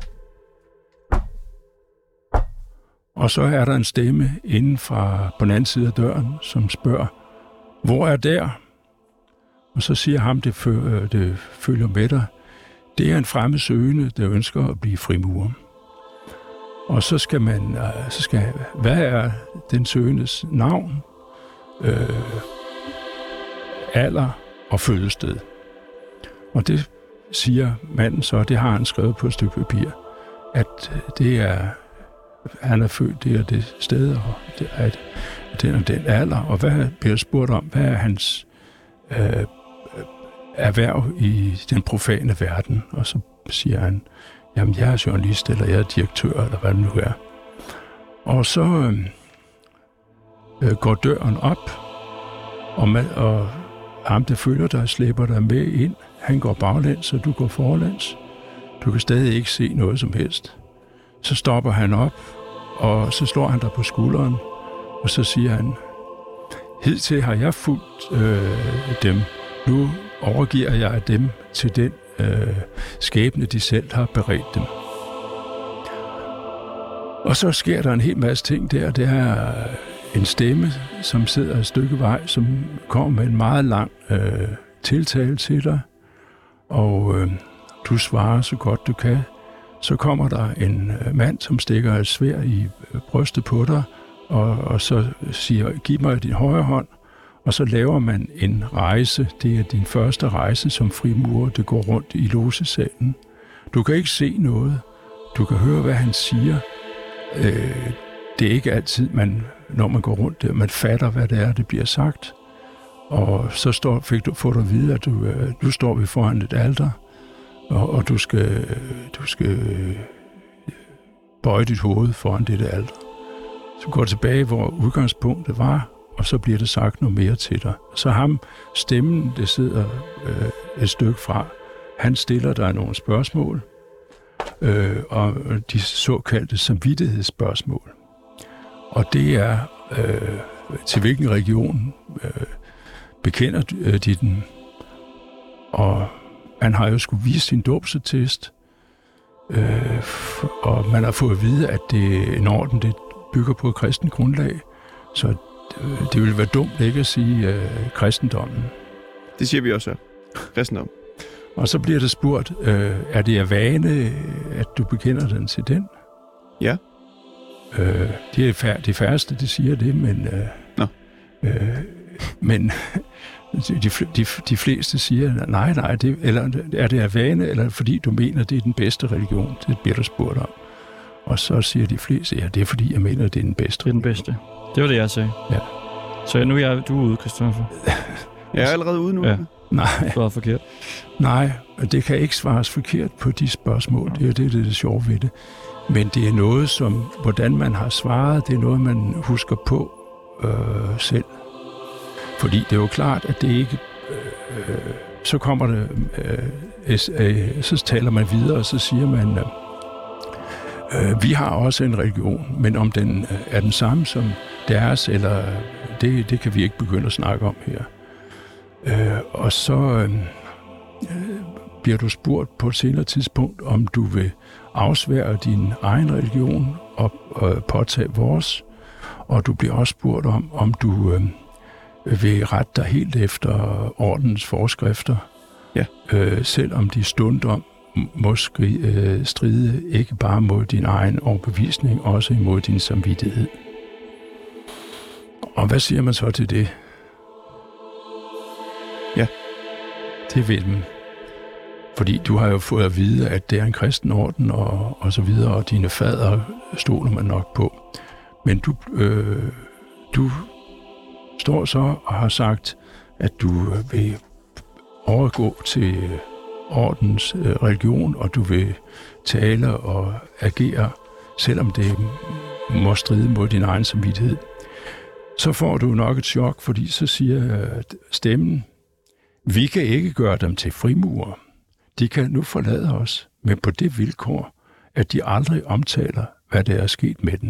[SPEAKER 1] Og så er der en stemme inden fra på den anden side af døren, som spørger, hvor er der? Og så siger ham, det, fø- det følger med dig, det er en fremmed søgende, der ønsker at blive frimurer. Og så skal man, øh, så skal, hvad er den søgendes navn, øh, alder og fødested? Og det siger manden så, det har han skrevet på et stykke papir, at det er, han er født det og det sted, og det er den og den alder, og hvad bliver spurgt om, hvad er hans øh, erhverv i den profane verden? Og så siger han, jamen jeg er journalist, eller jeg er direktør, eller hvad det nu er. Og så øh, øh, går døren op, og, man, og ham, der følger dig, slæber dig med ind. Han går baglæns, og du går forlæns. Du kan stadig ikke se noget som helst. Så stopper han op, og så slår han dig på skulderen, og så siger han, hidtil har jeg fulgt øh, dem. Nu overgiver jeg dem til den øh, skæbne, de selv har beredt dem. Og så sker der en hel masse ting der. Det er en stemme, som sidder et stykke vej, som kommer med en meget lang øh, tiltale til dig, og øh, du svarer så godt du kan. Så kommer der en øh, mand, som stikker et sværd i øh, brystet på dig, og, og så siger, giv mig din højre hånd, og så laver man en rejse. Det er din første rejse som frimurer, det går rundt i losesalen. Du kan ikke se noget. Du kan høre, hvad han siger. Øh, det er ikke altid, man, når man går rundt der, man fatter, hvad det er, det bliver sagt. Og så står, fik du, får du at vide, at du, øh, du står ved foran et alter, og, og du skal, du skal bøje dit hoved foran dette alter. Så går tilbage, hvor udgangspunktet var, og så bliver det sagt noget mere til dig. Så ham, stemmen, der sidder øh, et stykke fra, han stiller dig nogle spørgsmål, øh, og de såkaldte samvittighedsspørgsmål. Og det er, øh, til hvilken region øh, bekender øh, de den? Og man har jo skulle vise sin dåbsattest, øh, og man har fået at vide, at det er en orden, det bygger på et kristent grundlag, så øh, det ville være dumt ikke at sige øh, kristendommen.
[SPEAKER 4] Det siger vi også her. Kristendom.
[SPEAKER 1] Og så bliver der spurgt, øh, er det af vane, at du bekender den til den?
[SPEAKER 4] Ja.
[SPEAKER 1] Øh, det er fær- de færreste, de siger det, men... Øh,
[SPEAKER 4] Nå.
[SPEAKER 1] Øh, men de, de, de fleste siger, nej, nej, det, eller er det af vane, eller fordi du mener, det er den bedste religion? Det bliver der spurgt om. Og så siger de fleste, ja, det er fordi, jeg mener, det er den bedste.
[SPEAKER 2] Det er den bedste. Det var det, jeg sagde.
[SPEAKER 1] Ja.
[SPEAKER 2] Så nu er jeg, du er ude, Christoffer.
[SPEAKER 4] Jeg er allerede ude nu.
[SPEAKER 2] Ja.
[SPEAKER 1] Nej.
[SPEAKER 2] Det var forkert.
[SPEAKER 1] Nej, det kan ikke svares forkert på de spørgsmål. Det er det, det er det sjove ved det. Men det er noget, som, hvordan man har svaret, det er noget, man husker på øh, selv. Fordi det er jo klart, at det ikke... Øh, så kommer det... Øh, øh, så taler man videre, og så siger man... Øh, vi har også en religion, men om den er den samme som deres, eller... Det, det kan vi ikke begynde at snakke om her. Øh, og så øh, bliver du spurgt på et senere tidspunkt, om du vil afsvære din egen religion og, og påtage vores. Og du bliver også spurgt om, om du øh, vil rette dig helt efter ordenens forskrifter.
[SPEAKER 4] Ja.
[SPEAKER 1] Øh, selvom de stundom må skri, øh, stride ikke bare mod din egen overbevisning, også imod din samvittighed. Og hvad siger man så til det?
[SPEAKER 4] Ja.
[SPEAKER 1] Det vil man. Fordi du har jo fået at vide, at det er en kristen orden og, og så videre, og dine fader stoler man nok på. Men du, øh, du står så og har sagt, at du vil overgå til ordens øh, religion, og du vil tale og agere, selvom det må stride mod din egen samvittighed. Så får du nok et chok, fordi så siger stemmen, vi kan ikke gøre dem til frimurer. De kan nu forlade os, men på det vilkår, at de aldrig omtaler, hvad der er sket med dem.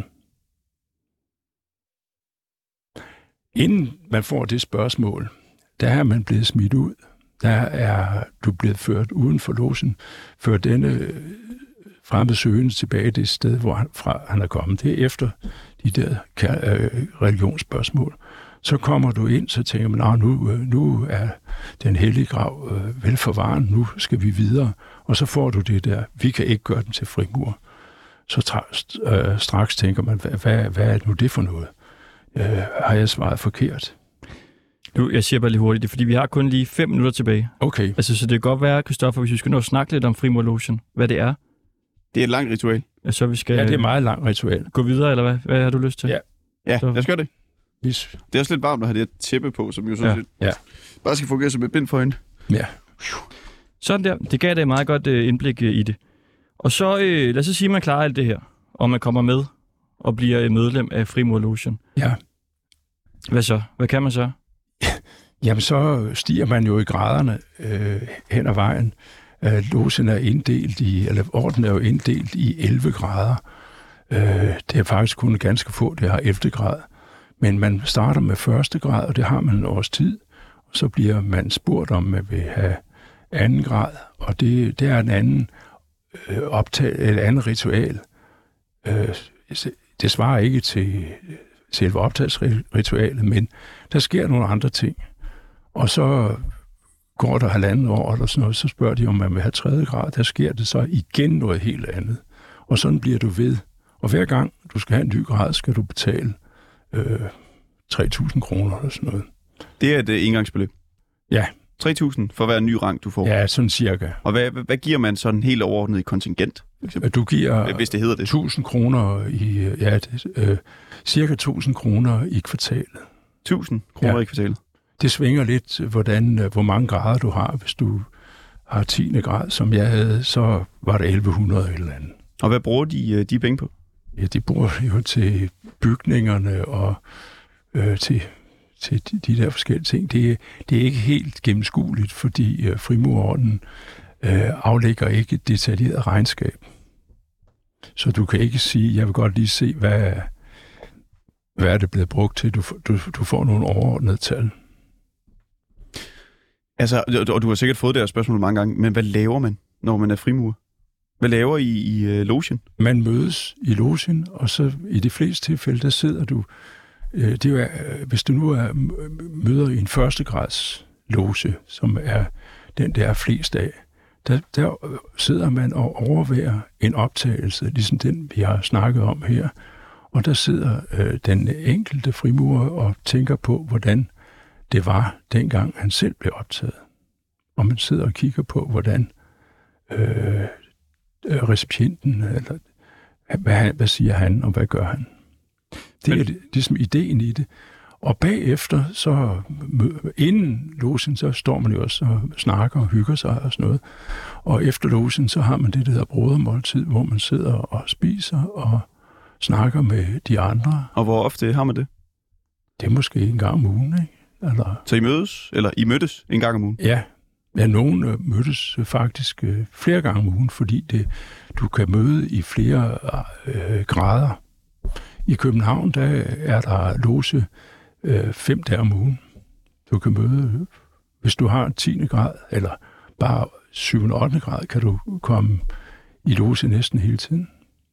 [SPEAKER 1] Inden man får det spørgsmål, der er man blevet smidt ud. Der er du blevet ført uden for logen, ført denne fremmede søgende tilbage det sted, hvor han, fra han er kommet. Det er efter de der øh, religionsspørgsmål. Så kommer du ind, så tænker man, nu, nu er den hellige grav øh, velforvaret, nu skal vi videre. Og så får du det der, vi kan ikke gøre den til frimur. Så tra- øh, straks tænker man, hvad, hvad, hvad er nu det for noget? Øh, har jeg svaret forkert?
[SPEAKER 2] Nu, jeg siger bare lige hurtigt, det er fordi, vi har kun lige fem minutter tilbage.
[SPEAKER 1] Okay.
[SPEAKER 2] Altså, så det kan godt være, Christoffer, hvis vi skal nå at snakke lidt om frimurlogen, hvad det er.
[SPEAKER 4] Det er et langt ritual.
[SPEAKER 2] Ja, så vi skal
[SPEAKER 1] Ja, det er meget langt ritual.
[SPEAKER 2] gå videre, eller hvad? Hvad har du lyst til?
[SPEAKER 1] Ja.
[SPEAKER 4] Ja,
[SPEAKER 2] Så-
[SPEAKER 4] lad os gøre det.
[SPEAKER 1] Hvis,
[SPEAKER 4] Det er også lidt varmt at have det her tæppe på, som jo sådan
[SPEAKER 2] Ja.
[SPEAKER 4] set
[SPEAKER 1] ja.
[SPEAKER 4] bare skal fungere som et bind for hende.
[SPEAKER 1] Ja.
[SPEAKER 2] Sådan der. Det gav dig et meget godt øh, indblik øh, i det. Og så, øh, lad os så sige, at man klarer alt det her, og man kommer med og bliver øh, medlem af Frimurlogen.
[SPEAKER 1] Ja.
[SPEAKER 2] Hvad så? Hvad kan man så?
[SPEAKER 1] Jamen, så stiger man jo i graderne øh, hen ad vejen. Øh, logen er inddelt i, eller orden er jo inddelt i elleve grader. Øh, det er faktisk kun ganske få, det har ellevte grad. Men man starter med første grad, og det har man en års tid. Og så bliver man spurgt om, man vil have anden grad, og det, det er en anden øh, optag, eller anden ritual. Øh, det svarer ikke til, selve optagsritualet, men der sker nogle andre ting. Og så går der halvandet år eller sådan noget, så spørger de, om man vil have tredje grad. Der sker det så igen noget helt andet. Og sådan bliver du ved. Og hver gang du skal have en ny grad, skal du betale øh, tre tusind kroner eller sådan noget.
[SPEAKER 4] Det er et uh, engangsbeløb?
[SPEAKER 1] Ja.
[SPEAKER 4] tre tusind for hver ny rang, du får?
[SPEAKER 1] Ja, sådan cirka.
[SPEAKER 4] Og hvad, hvad, hvad giver man sådan helt overordnet i kontingent?
[SPEAKER 1] Du giver
[SPEAKER 4] hvis det hedder det.
[SPEAKER 1] tusind kroner i, ja, det, øh, cirka tusind kroner i kvartalet.
[SPEAKER 4] tusind kroner
[SPEAKER 1] ja.
[SPEAKER 4] i kvartalet?
[SPEAKER 1] Det svinger lidt, hvordan, hvor mange grader du har. Hvis du har tiende grad, som jeg havde, så var det elleve hundrede eller andet.
[SPEAKER 4] Og hvad bruger de, de penge på?
[SPEAKER 1] Ja, de bruger jo til bygningerne og øh, til, til de der forskellige ting. Det, det er ikke helt gennemskueligt, fordi øh, frimurerordenen øh, aflægger ikke et detaljeret regnskab. Så du kan ikke sige, jeg vil godt lige se, hvad, hvad er det blevet brugt til. Du, du, du får nogle overordnede tal.
[SPEAKER 4] Altså, og du har sikkert fået det her spørgsmål mange gange, men hvad laver man, når man er frimurer? Hvad laver I i uh, logen?
[SPEAKER 1] Man mødes i logen, og så i de fleste tilfælde, der sidder du... Øh, det er jo, øh, hvis du nu er møder i en førstegrads loge, som er den, der er flest af, der, der sidder man og overværer en optagelse, ligesom den, vi har snakket om her. Og der sidder øh, den enkelte frimurer og tænker på, hvordan det var, dengang han selv blev optaget. Og man sidder og kigger på, hvordan øh, recipienten, eller hvad, han, hvad siger han, og hvad gør han. Det er ligesom ideen i det. Og bagefter, så inden logen, så står man jo også og snakker og hygger sig og sådan noget. Og efter logen, så har man det, der hedder brodermåltid, hvor man sidder og spiser og snakker med de andre.
[SPEAKER 4] Og hvor ofte har man det?
[SPEAKER 1] Det er måske en gang om ugen, ikke? Eller...
[SPEAKER 4] Så I mødes, eller I mødtes en gang om ugen?
[SPEAKER 1] Ja, ja nogen øh, mødtes øh, faktisk øh, flere gange om ugen, fordi det, du kan møde i flere øh, grader. I København, der er der loge øh, fem dage om ugen. Du kan møde, hvis du har en tiende grad, eller bare syvende og ottende grad, kan du komme i loge næsten hele tiden.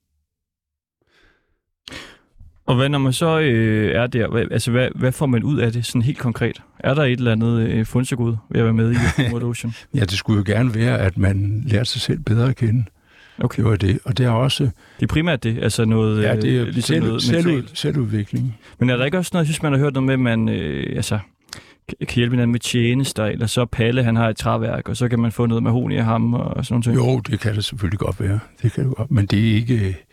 [SPEAKER 2] Og hvad når man så øh, er der, hvad, altså hvad, hvad får man ud af det sådan helt konkret? Er der et eller andet øh, fundsegud ved at være med i Frimurlogen?
[SPEAKER 1] Ja, det skulle jo gerne være, at man lærer sig selv bedre at kende.
[SPEAKER 2] Okay.
[SPEAKER 1] Det var det. Og det er også...
[SPEAKER 2] Det er primært det, altså noget...
[SPEAKER 1] Ja, det er
[SPEAKER 2] ligesom
[SPEAKER 1] selv,
[SPEAKER 2] noget
[SPEAKER 1] selv, selvudvikling.
[SPEAKER 2] Men er der ikke også noget, jeg synes, man har hørt noget med, at man øh, altså, kan hjælpe hinanden med tjenester, eller så Palle, han har et træværk, og så kan man få noget mahogni af ham og sådan noget?
[SPEAKER 1] Jo, det kan det selvfølgelig godt være. Det kan det godt, men det er ikke... Øh,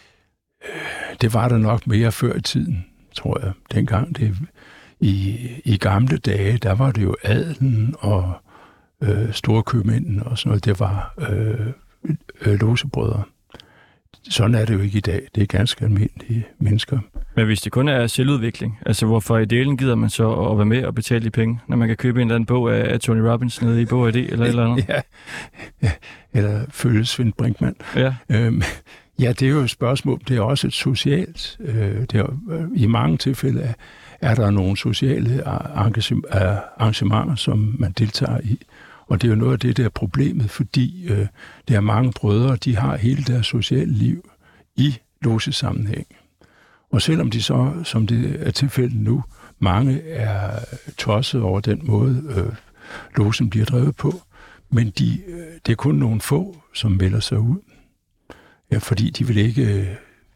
[SPEAKER 1] det var der nok mere før i tiden, tror jeg. Dengang det... I, i gamle dage, der var det jo adelen og øh, storkøbmændene og sådan noget. Det var øh, øh, logebrødre. Sådan er det jo ikke i dag. Det er ganske almindelige mennesker.
[SPEAKER 2] Men hvis det kun er selvudvikling, altså hvorfor i delen gider man så at være med og betale de penge, når man kan købe en eller anden bog af Tony Robbins nede i Bog og I D eller et eller andet?
[SPEAKER 1] Ja, ja. Eller følge Svend Brinkmann.
[SPEAKER 2] Ja.
[SPEAKER 1] Øhm, ja, det er jo et spørgsmål. Det er også et socialt. Øh, det er, øh, I mange tilfælde er, er der nogle sociale arrangementer, som man deltager i. Og det er jo noget af det, der er problemet, fordi øh, der er mange brødre, de har hele deres sociale liv i logesammenhæng. Og selvom de så, som det er tilfældet nu, mange er tosset over den måde, øh, logen bliver drevet på, men de, øh, det er kun nogle få, som melder sig ud. Ja, fordi de vil ikke,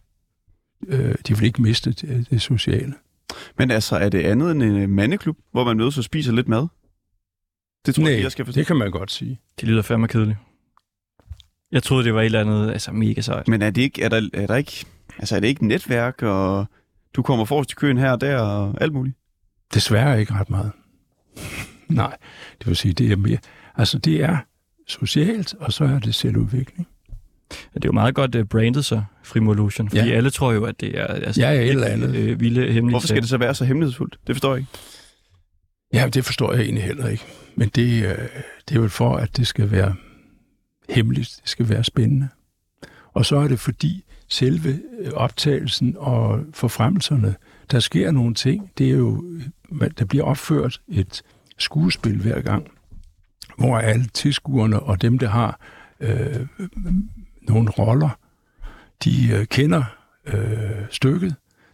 [SPEAKER 1] øh, de vil ikke miste det, det sociale.
[SPEAKER 4] Men altså, er det andet end en mandeklub, hvor man mødes og spiser lidt mad? Det tror
[SPEAKER 1] Nej,
[SPEAKER 4] jeg, jeg skal forstå.
[SPEAKER 1] Det kan man godt sige.
[SPEAKER 2] Det lyder fandme kedeligt. Jeg troede, det var et eller andet altså mega sejt.
[SPEAKER 4] Men er det ikke, er der, er der ikke, altså er det ikke netværk, og du kommer forrest til køen her og der, og alt muligt?
[SPEAKER 1] Desværre ikke ret meget. Nej, det vil sige, det er mere... Altså, det er socialt, og så er det selvudvikling.
[SPEAKER 2] Det er jo meget godt uh, brandet så, Frimurlogen, fordi ja. alle tror jo, at det er altså,
[SPEAKER 1] ja, ja, et eller andet.
[SPEAKER 2] Øh, vilde hemmeligt.
[SPEAKER 4] Hvorfor skal det så være så hemmelighedsfuldt? Det forstår jeg ikke.
[SPEAKER 1] Ja, det forstår jeg egentlig heller ikke. Men det, øh, det er vel for, at det skal være hemmeligt, det skal være spændende. Og så er det fordi selve optagelsen og forfremmelserne, der sker nogle ting. Det er jo, der bliver opført et skuespil hver gang, hvor alle tilskuerne og dem, der har øh, nogle roller, de øh, kender øh, stykket.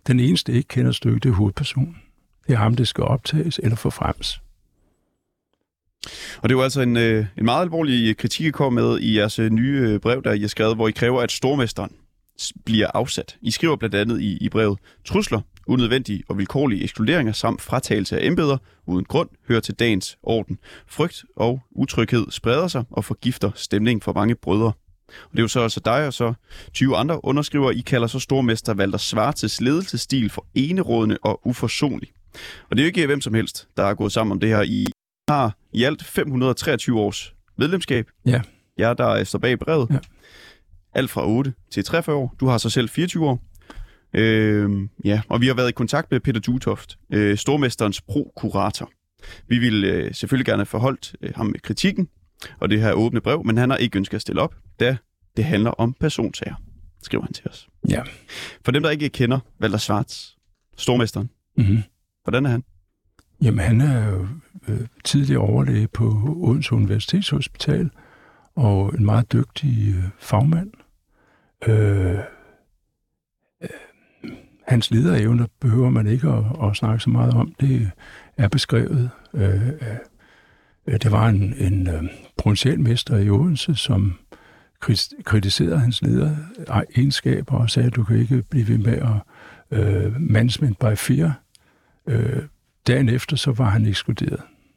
[SPEAKER 1] Den eneste, der ikke kender stykket, det er hovedpersonen. Det er ham, det skal optages eller forfremmes.
[SPEAKER 4] Og det er jo altså en, øh, en meget alvorlig kritik, I kom med i jeres øh, nye øh, brev, der I har skrevet, hvor I kræver, at stormesteren bliver afsat. I skriver blandt andet i, i brevet, trusler, unødvendige og vilkårlige ekskluderinger samt fratagelse af embeder uden grund hører til dagens orden. Frygt og utryghed spreder sig og forgifter stemningen for mange brødre. Og det er jo så altså dig og så tyve andre underskriver, I kalder så stormester Walter Schwartzes ledelsesstil for enerådende og uforsonlig. Og det er jo ikke hvem som helst, der er gået sammen om det her. I har i alt fem hundrede og treogtyve års medlemskab.
[SPEAKER 1] Ja.
[SPEAKER 4] Jeg der står bag brevet.
[SPEAKER 1] Ja.
[SPEAKER 4] Alt fra otte til treogfyrre år. Du har så selv fireogtyve år. Øh, ja, og vi har været i kontakt med Peter Duetoft, øh, stormesterens pro-kurator. Vi vil øh, selvfølgelig gerne have forholdt øh, ham med kritikken og det her åbne brev, men han har ikke ønsket at stille op, da det handler om personsager, skriver han til os.
[SPEAKER 1] Ja.
[SPEAKER 4] For dem, der ikke kender Walter Schwartz, stormesteren,
[SPEAKER 1] Mm-hmm.
[SPEAKER 4] hvordan er han?
[SPEAKER 1] Jamen, han er jo øh, tidligere overlæge på Odense Universitetshospital, og en meget dygtig øh, fagmand. Øh, øh, hans lederevner behøver man ikke at, at snakke så meget om. Det er beskrevet. Øh, øh, det var en, en øh, provincialmester i Odense, som kritiserede hans lederegenskaber og sagde, at du kan ikke blive ved med at øh, management by fear. Øh, dagen efter, så var han ekskluderet.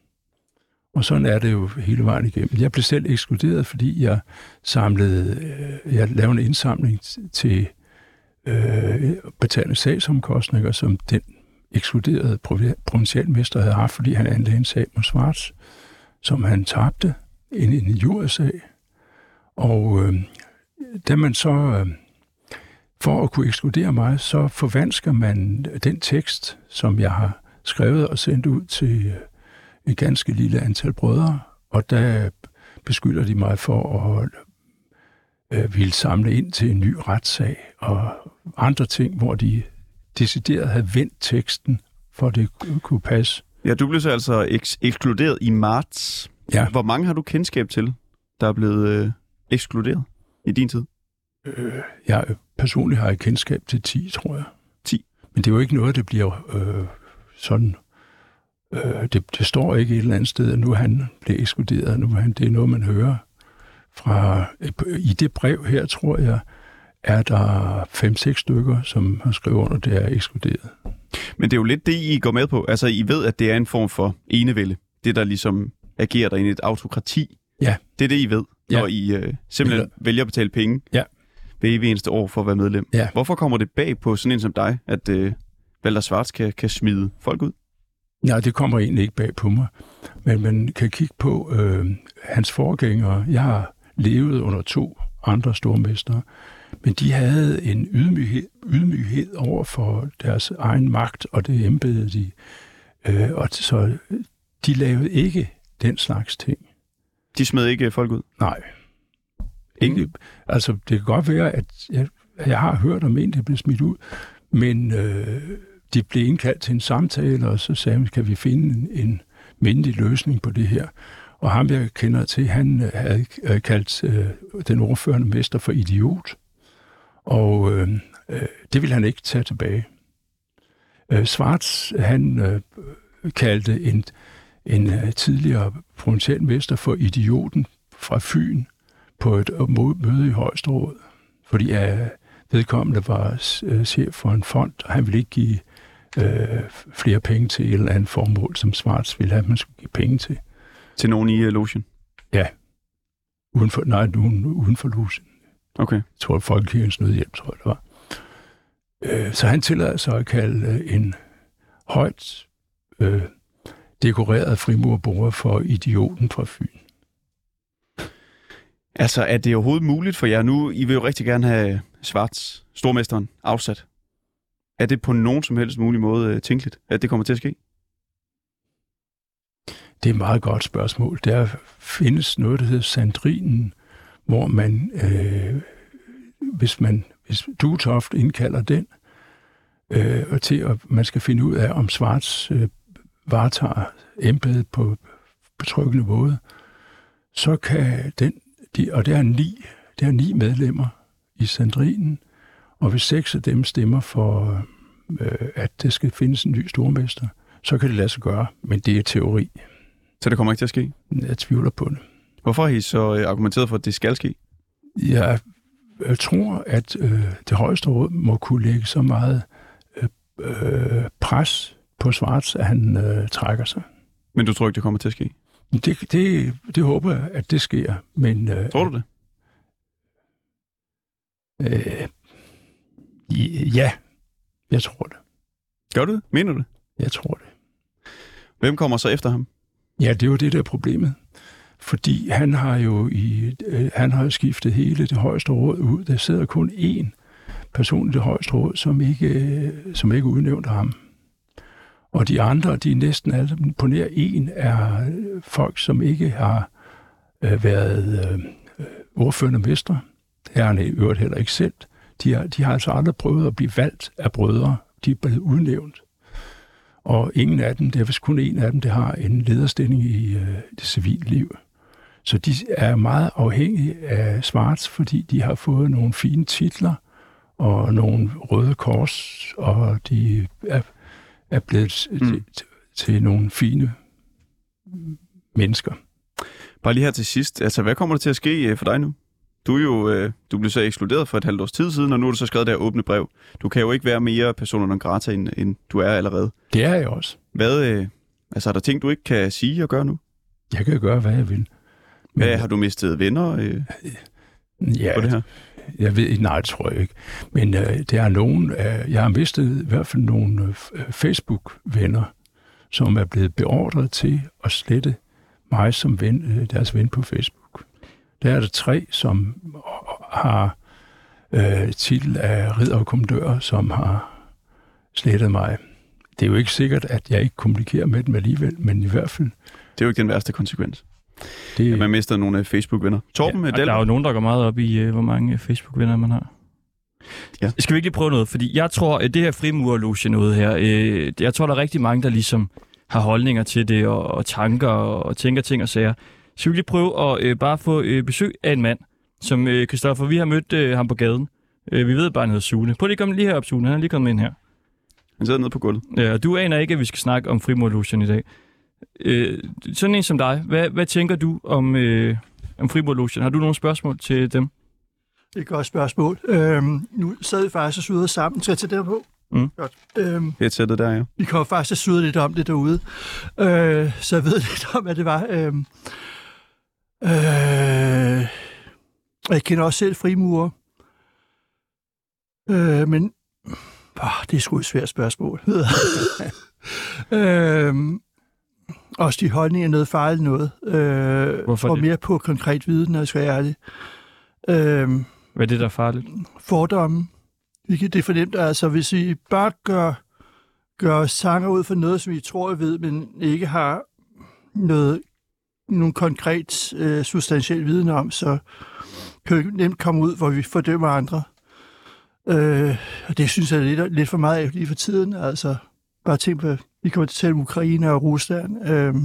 [SPEAKER 1] Og sådan er det jo hele vejen igennem. Jeg blev selv ekskluderet, fordi jeg samlede, øh, jeg lavede en indsamling til øh, betalende sagsomkostninger, som den ekskluderede provincialmester havde haft, fordi han anlagde en sag mod Schwartz, som han tabte, en, en jurasag. Og øh, da man så, øh, for at kunne ekskludere mig, så forvansker man den tekst, som jeg har skrevet og sendt ud til et ganske lille antal brødre, og der beskylder de mig for at øh, ville samle ind til en ny retssag og andre ting, hvor de decideret havde vendt teksten, for det kunne passe.
[SPEAKER 4] Ja, du blev så altså eks- ekskluderet i marts.
[SPEAKER 1] Ja.
[SPEAKER 4] Hvor mange har du kendskab til, der er blevet øh, ekskluderet i din tid?
[SPEAKER 1] Øh, jeg personligt har jeg kendskab til ti, tror jeg.
[SPEAKER 4] ti?
[SPEAKER 1] Men det er jo ikke noget, der bliver øh, sådan... Øh, det, det står ikke et eller andet sted, at nu han bliver ekskluderet. Nu han, det er noget, man hører fra... I det brev her, tror jeg, er der fem-seks stykker, som har skrevet under, det er ekskluderet.
[SPEAKER 4] Men det er jo lidt det, I går med på. Altså, I ved, at det er en form for enevælde. Det, der ligesom agerer der i et autokrati.
[SPEAKER 1] Ja.
[SPEAKER 4] Det er det, I ved,
[SPEAKER 1] ja.
[SPEAKER 4] når I øh, simpelthen ja. vælger at betale penge
[SPEAKER 1] ja.
[SPEAKER 4] ved evig eneste år for at være medlem.
[SPEAKER 1] Ja.
[SPEAKER 4] Hvorfor kommer det bag på sådan en som dig, at øh, Walter Schwartz kan, kan smide folk ud?
[SPEAKER 1] Nej, det kommer egentlig ikke bag på mig. Men man kan kigge på øh, hans forgængere. Jeg har levet under to andre stormestre, men de havde en ydmyghed, ydmyghed over for deres egen magt, og det embede de. Øh, og så de lavede ikke den slags ting.
[SPEAKER 4] De smed ikke folk ud?
[SPEAKER 1] Nej. Ikke, altså, det kan godt være, at jeg, jeg har hørt om en, der blev smidt ud, men øh, de blev indkaldt til en samtale, og så sagde man, kan vi finde en, en mindelig løsning på det her? Og ham, jeg kender til, han havde kaldt øh, den ordførende mester for idiot, og øh, øh, det ville han ikke tage tilbage. Øh, Schwartz, han øh, kaldte en, en øh, tidligere provincialmester for idioten fra Fyn på et møde i Højesteret, fordi øh, vedkommende var øh, chef for en fond, og han ville ikke give øh, flere penge til et eller andet formål, som Schwartz ville have, at man skulle give penge til.
[SPEAKER 4] Til nogen i uh, logen?
[SPEAKER 1] Ja. Uden for, nej, nogen uden for logen.
[SPEAKER 4] Okay.
[SPEAKER 1] Jeg tror, Folkekirkens Nødhjælp, tror jeg, det var. Øh, så han tillader sig at kalde en højt øh, dekoreret frimurerborer for idioten fra Fyn.
[SPEAKER 4] Altså, er det overhovedet muligt for jer nu? I vil jo rigtig gerne have Schwartz, stormesteren, afsat. Er det på nogen som helst mulig måde tænkeligt, at det kommer til at ske?
[SPEAKER 1] Det er et meget godt spørgsmål. Der findes noget, der hedder Sandrinen, hvor man, øh, hvis man, hvis Duetoft indkalder den, øh, og til at man skal finde ud af, om Schwartz øh, varetager embedet på betryggende måde, så kan den, de, og der er ni, der er ni medlemmer i Sandrinen, og hvis seks af dem stemmer for øh, at det skal findes en ny stormester, så kan det lade sig gøre, men det er teori.
[SPEAKER 4] Så det kommer ikke til at ske?
[SPEAKER 1] Jeg tvivler på det.
[SPEAKER 4] Hvorfor har I så øh, argumenteret for, at det skal ske?
[SPEAKER 1] Jeg, jeg tror, at øh, det højeste råd må kunne lægge så meget øh, øh, pres på Schwarz, at han øh, trækker sig.
[SPEAKER 4] Men du tror ikke, det kommer til at ske?
[SPEAKER 1] Det, det, det håber jeg, at det sker. Men, øh,
[SPEAKER 4] tror du det?
[SPEAKER 1] Øh, ja, jeg tror det.
[SPEAKER 4] Gør du det? Mener du det?
[SPEAKER 1] Jeg tror det.
[SPEAKER 4] Hvem kommer så efter ham?
[SPEAKER 1] Ja, det er jo det, der er problemet. Fordi han har jo i, øh, han har skiftet hele det højeste råd ud. Der sidder kun én person i det højeste råd, som ikke, øh, som ikke udnævnte ham. Og de andre, de er næsten alle på nær en, er folk, som ikke har øh, været øh, ordførende mestre. Det er han i øvrigt heller ikke selv. De har, de har altså aldrig prøvet at blive valgt af brødre. De er blevet udnævnt. Og ingen af dem, det er vist kun en af dem, der har en lederstilling i øh, det civile liv. Så de er meget afhængige af Schwarz, fordi de har fået nogle fine titler og nogle røde kors, og de er, er blevet mm. til, til nogle fine mennesker.
[SPEAKER 4] Bare lige her til sidst. Altså, hvad kommer der til at ske for dig nu? Du er jo, øh, du blev så ekskluderet for et halvt års tid siden, og nu har du så skrevet det her åbne brev. Du kan jo ikke være mere persona non grata, end, end du er allerede.
[SPEAKER 1] Det er jeg også.
[SPEAKER 4] Hvad, øh, altså, er der ting, du ikke kan sige og gøre nu?
[SPEAKER 1] Jeg kan gøre, hvad jeg vil.
[SPEAKER 4] Men, hvad, har du mistet venner øh,
[SPEAKER 1] ja,
[SPEAKER 4] på det her?
[SPEAKER 1] Jeg ved, nej, det tror jeg ikke. Men øh, der er nogen, øh, jeg har mistet i hvert fald nogle øh, Facebook-venner, som er blevet beordret til at slette mig som ven, øh, deres ven på Facebook. Der er der tre, som har øh, titel af ridder og kommandør, som har slettet mig. Det er jo ikke sikkert, at jeg ikke kommunikerer med dem alligevel, men i hvert fald...
[SPEAKER 4] Det er jo ikke den værste konsekvens.
[SPEAKER 1] Det...
[SPEAKER 4] At man mister nogle Facebook-venner. Torben,
[SPEAKER 2] ja, der er jo nogen, der går meget op i, hvor mange Facebook-venner man har. Ja. Skal vi ikke lige prøve noget? Fordi jeg tror, at det her frimurerloge noget her, øh, jeg tror, der er rigtig mange, der ligesom har holdninger til det, og, og tanker, og tænker ting og sager. Så vi lige prøve at øh, bare få øh, besøg af en mand, som øh, Christoffer, vi har mødt øh, ham på gaden. Øh, vi ved bare, han hedder Sune. Prøv lige at komme lige herop, Sune. Han er lige kommet ind her.
[SPEAKER 4] Han sidder nede på gulvet.
[SPEAKER 2] Ja, og du aner ikke, at vi skal snakke om frimurerlogen i dag. Øh, sådan en som dig, hvad, hvad tænker du om, øh, om frimurerlogen? Har du nogle spørgsmål til dem?
[SPEAKER 7] Det er et godt spørgsmål. Øhm, nu sad vi faktisk og sudede sammen. Skal jeg tage det på?
[SPEAKER 2] Mm.
[SPEAKER 7] Godt. Øhm,
[SPEAKER 4] Headsetet der, ja.
[SPEAKER 7] Vi kommer faktisk at sude lidt om det derude. Øh, så jeg ved lidt om, hvad det var. Øhm, øh, jeg kender også selv frimurer. Øh, men åh, det er sgu et svært spørgsmål. øh, også de holdninger er noget farligt noget. Øh,
[SPEAKER 2] Hvorfor
[SPEAKER 7] og
[SPEAKER 2] det?
[SPEAKER 7] mere på konkret viden, når jeg skal være ærlig. Øh,
[SPEAKER 2] Hvad er det, der er farligt?
[SPEAKER 7] Fordomme. Det er fornemt, altså hvis I bare gør, gør sanger ud for noget, som I tror, I ved, men ikke har noget, nogen konkret øh, substantiel viden om, så kan vi nemt komme ud, hvor vi fordømmer andre. Øh, og det synes jeg er lidt, lidt for meget af lige for tiden. Altså, bare tænk på, vi kommer til at tale om Ukraine og Rusland. Øh,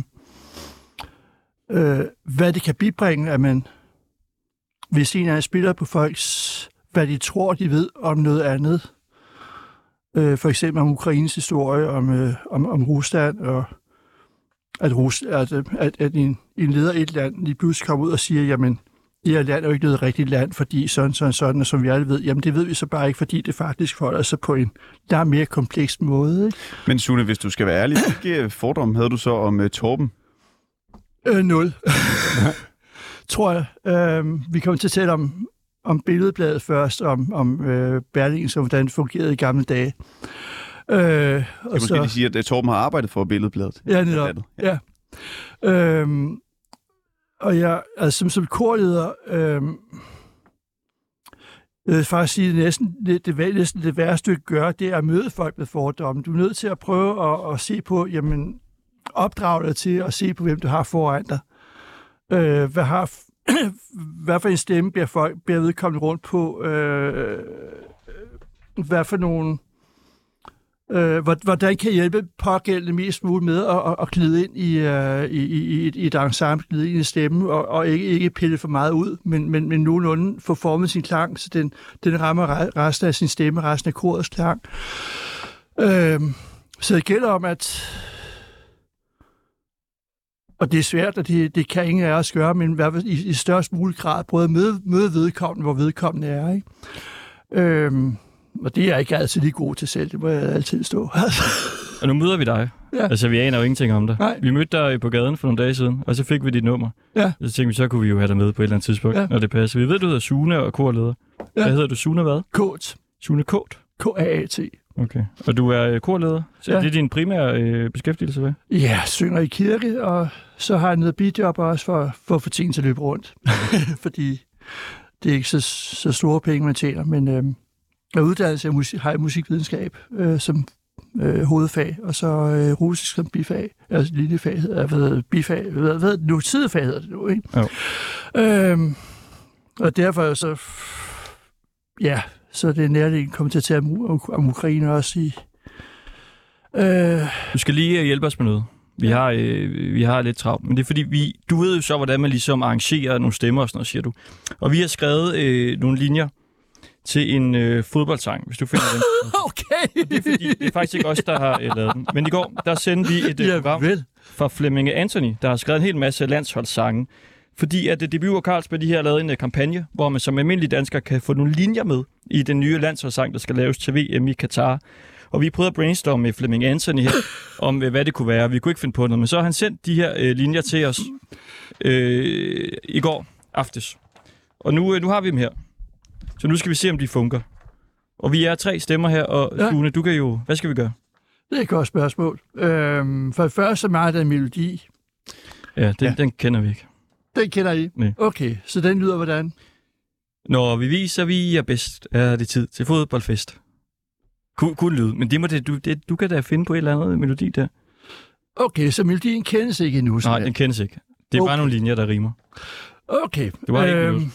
[SPEAKER 7] øh, hvad det kan bibringe, at man, hvis en af jer spiller på folks, hvad de tror, de ved om noget andet. Øh, for eksempel om Ukraines historie, om, øh, om, om Rusland, og at, Rus, at, at, at en, en leder i et land lige pludselig kommer ud og siger, jamen, det her land er jo ikke noget rigtigt land, fordi sådan, sådan, sådan, og som vi alle ved, jamen det ved vi så bare ikke, fordi det faktisk forholder sig på en der er mere kompleks måde. Ikke?
[SPEAKER 4] Men Sune, hvis du skal være ærlig, hvilke fordomme havde du så om uh, Torben?
[SPEAKER 7] Øh, nul. Tror jeg. Øh, vi kommer til at tale om, om Billedbladet først, om, om øh, Berlingske, og hvordan det fungerede i gamle dage. Øh,
[SPEAKER 4] Jeg
[SPEAKER 7] og
[SPEAKER 4] måske
[SPEAKER 7] så,
[SPEAKER 4] lige sige, at Torben har arbejdet for Billedbladet.
[SPEAKER 7] Ja, netop. Ja. ja. Øhm, og jeg, altså som, som korleder, øhm, jeg vil faktisk sige, at det næsten det, det, næsten det værste, du gør, det er at møde folk med fordomme. Du er nødt til at prøve at, at se på, jamen, opdrage dig til at se på, hvem du har foran dig. Øh, hvad har hvad for en stemme bliver folk bliver vedkommende rundt på? Øh, hvad for nogle øh, hvordan kan jeg hjælpe pågældende mest muligt med at, at, at glide ind i, uh, i, i, i et ensemble, glide ind i en stemme, og, og ikke, ikke pille for meget ud, men, men, men nogenlunde få formet sin klang, så den, den rammer resten af sin stemme, resten af korets klang. Øhm, så det gælder om, at... Og det er svært, og det, det kan ingen af os gøre, men hvad, i, i størst mulig grad prøve at møde, møde vedkommende, hvor vedkommende er. Ikke? Øhm, og det er jeg ikke altid lige god til selv, det må jeg altid stå.
[SPEAKER 2] Og nu møder vi dig. Ja. Altså, vi aner jo ingenting om dig.
[SPEAKER 7] Nej.
[SPEAKER 2] Vi mødte dig på gaden for nogle dage siden, og så fik vi dit nummer.
[SPEAKER 7] Ja.
[SPEAKER 2] Så tænkte vi, så kunne vi jo have dig med på et eller andet tidspunkt, ja. Når det passer. Vi ved, du hedder Sune og korleder. Ja. Hvad hedder du? Sune hvad?
[SPEAKER 7] Kåt.
[SPEAKER 2] Sune Kåt?
[SPEAKER 7] K A A T.
[SPEAKER 2] Okay. Og du er øh, korleder? Så
[SPEAKER 7] ja.
[SPEAKER 2] Det er din primære øh, beskæftigelse, hvad?
[SPEAKER 7] Ja, synger i kirke, og så har jeg noget bidjob også for, for at få tiden til at løbe rundt. Fordi det er ikke så, så store penge, man tjener, men øh, jeg uddannelse af musik, har jeg musikvidenskab øh, som øh, hovedfag, og så øh, russisk som bifag, altså lille fag hedder hvad, bifag, hvad, hvad nu, sidefag hedder det nu, ikke?
[SPEAKER 2] Jo.
[SPEAKER 7] Øhm, og derfor så, ja, så det er nærliggende kommet til at tage om, om Ukraine også i... Øh,
[SPEAKER 2] du skal lige hjælpe os med noget. Vi har, øh, vi har lidt travlt, men det er fordi, vi, du ved jo så, hvordan man ligesom arrangerer nogle stemmer og sådan noget, siger du. Og vi har skrevet øh, nogle linjer til en øh, fodboldsang, hvis du finder den.
[SPEAKER 7] Okay!
[SPEAKER 2] Og det er fordi, det er faktisk ikke os, der har øh, lavet den. Men i går, der sendte vi et øh, program
[SPEAKER 7] vel.
[SPEAKER 2] fra Flemming Anthony, der har skrevet en hel masse landsholdssange. Fordi at det debut og Carlsberg, de her har lavet en uh, kampagne, hvor man som almindelig dansker kan få nogle linjer med i den nye landsholdssang, der skal laves til V M i Katar. Og vi prøvede at brainstorme med Flemming Anthony her, om hvad det kunne være. Vi kunne ikke finde på noget, men så har han sendt de her øh, linjer til os øh, i går aftes. Og nu, øh, nu har vi dem her. Så nu skal vi se, om de funker. Og vi er tre stemmer her, og ja. Sune, du kan jo... Hvad skal vi gøre?
[SPEAKER 7] Det er et godt spørgsmål. Øhm, for det første så er der en melodi.
[SPEAKER 2] Ja, den, ja, den kender vi ikke.
[SPEAKER 7] Den kender I?
[SPEAKER 2] Nej.
[SPEAKER 7] Okay, så den lyder hvordan?
[SPEAKER 2] Når vi viser, vi er bedst, er det tid til fodboldfest. Kun, kun lyd, men det må det, du, det, du kan da finde på et eller andet melodi der.
[SPEAKER 7] Okay, så melodien kendes ikke endnu?
[SPEAKER 2] Nej, den kendes ikke. Det er okay. Bare nogle linjer, der rimer.
[SPEAKER 7] Okay.
[SPEAKER 2] Det var øhm... ikke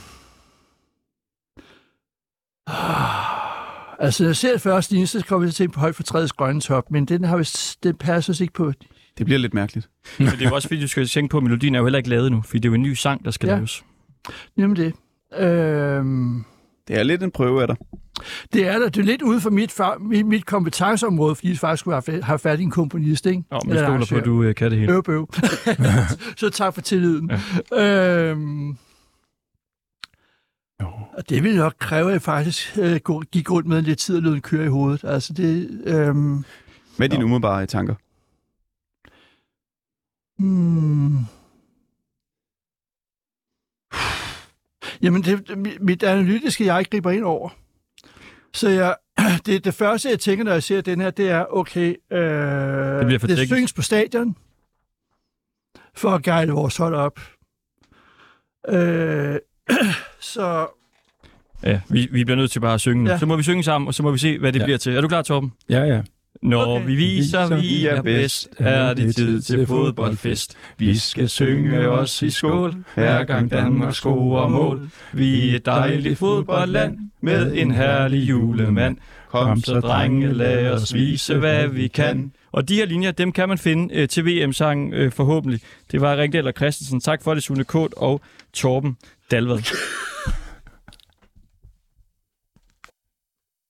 [SPEAKER 7] Altså, når jeg ser det første linje, så kommer vi til at tænke på Højt for træets grønne top, men den, har vist, den passer os ikke på.
[SPEAKER 4] Det bliver lidt mærkeligt.
[SPEAKER 2] Men det er jo også, fordi du skal tænke på, at melodien er jo heller ikke lavet nu, fordi det er jo en ny sang, der skal ja. laves.
[SPEAKER 7] Jamen det. Øhm...
[SPEAKER 4] Det er lidt en prøve af dig.
[SPEAKER 7] Det er der. Det er lidt ude for mit, far, mit, mit kompetenceområde, fordi jeg faktisk skulle have, have fat i en komponist, ikke?
[SPEAKER 2] Nå, men jeg stoler på, at du kan det hele.
[SPEAKER 7] Øv, bøv. Så tak for tilliden. Ja. Øhm... Og det vil nok kræve, at jeg faktisk øh, gik rundt med lidt tid og lod den køre i hovedet. Altså det... Øhm...
[SPEAKER 4] Hvad er dine umiddelbare tanker?
[SPEAKER 7] Hmm. Jamen, det, mit analytiske jeg griber ind over. Så jeg, det, det første, jeg tænker, når jeg ser den her, det er, okay, øh, det, det synges på stadion, for at guide vores hold op. Øh, så...
[SPEAKER 2] Ja, vi, vi bliver nødt til bare at synge. Ja. Så må vi synge sammen, og så må vi se, hvad det ja. bliver til. Er du klar, Torben?
[SPEAKER 1] Ja, ja.
[SPEAKER 2] Når okay. vi viser, vi er bedst, er det tid til fodboldfest. Vi skal synge os i skål, hver gang Danmark scorer mål. Vi er et dejligt fodboldland med en herlig julemand. Kom så, drenge, lad os vise, hvad vi kan. Og de her linjer, dem kan man finde øh, til V M-sangen øh, forhåbentlig. Det var Ringdal og Christensen. Tak for det, Sune Kåt og Torben Dalvad.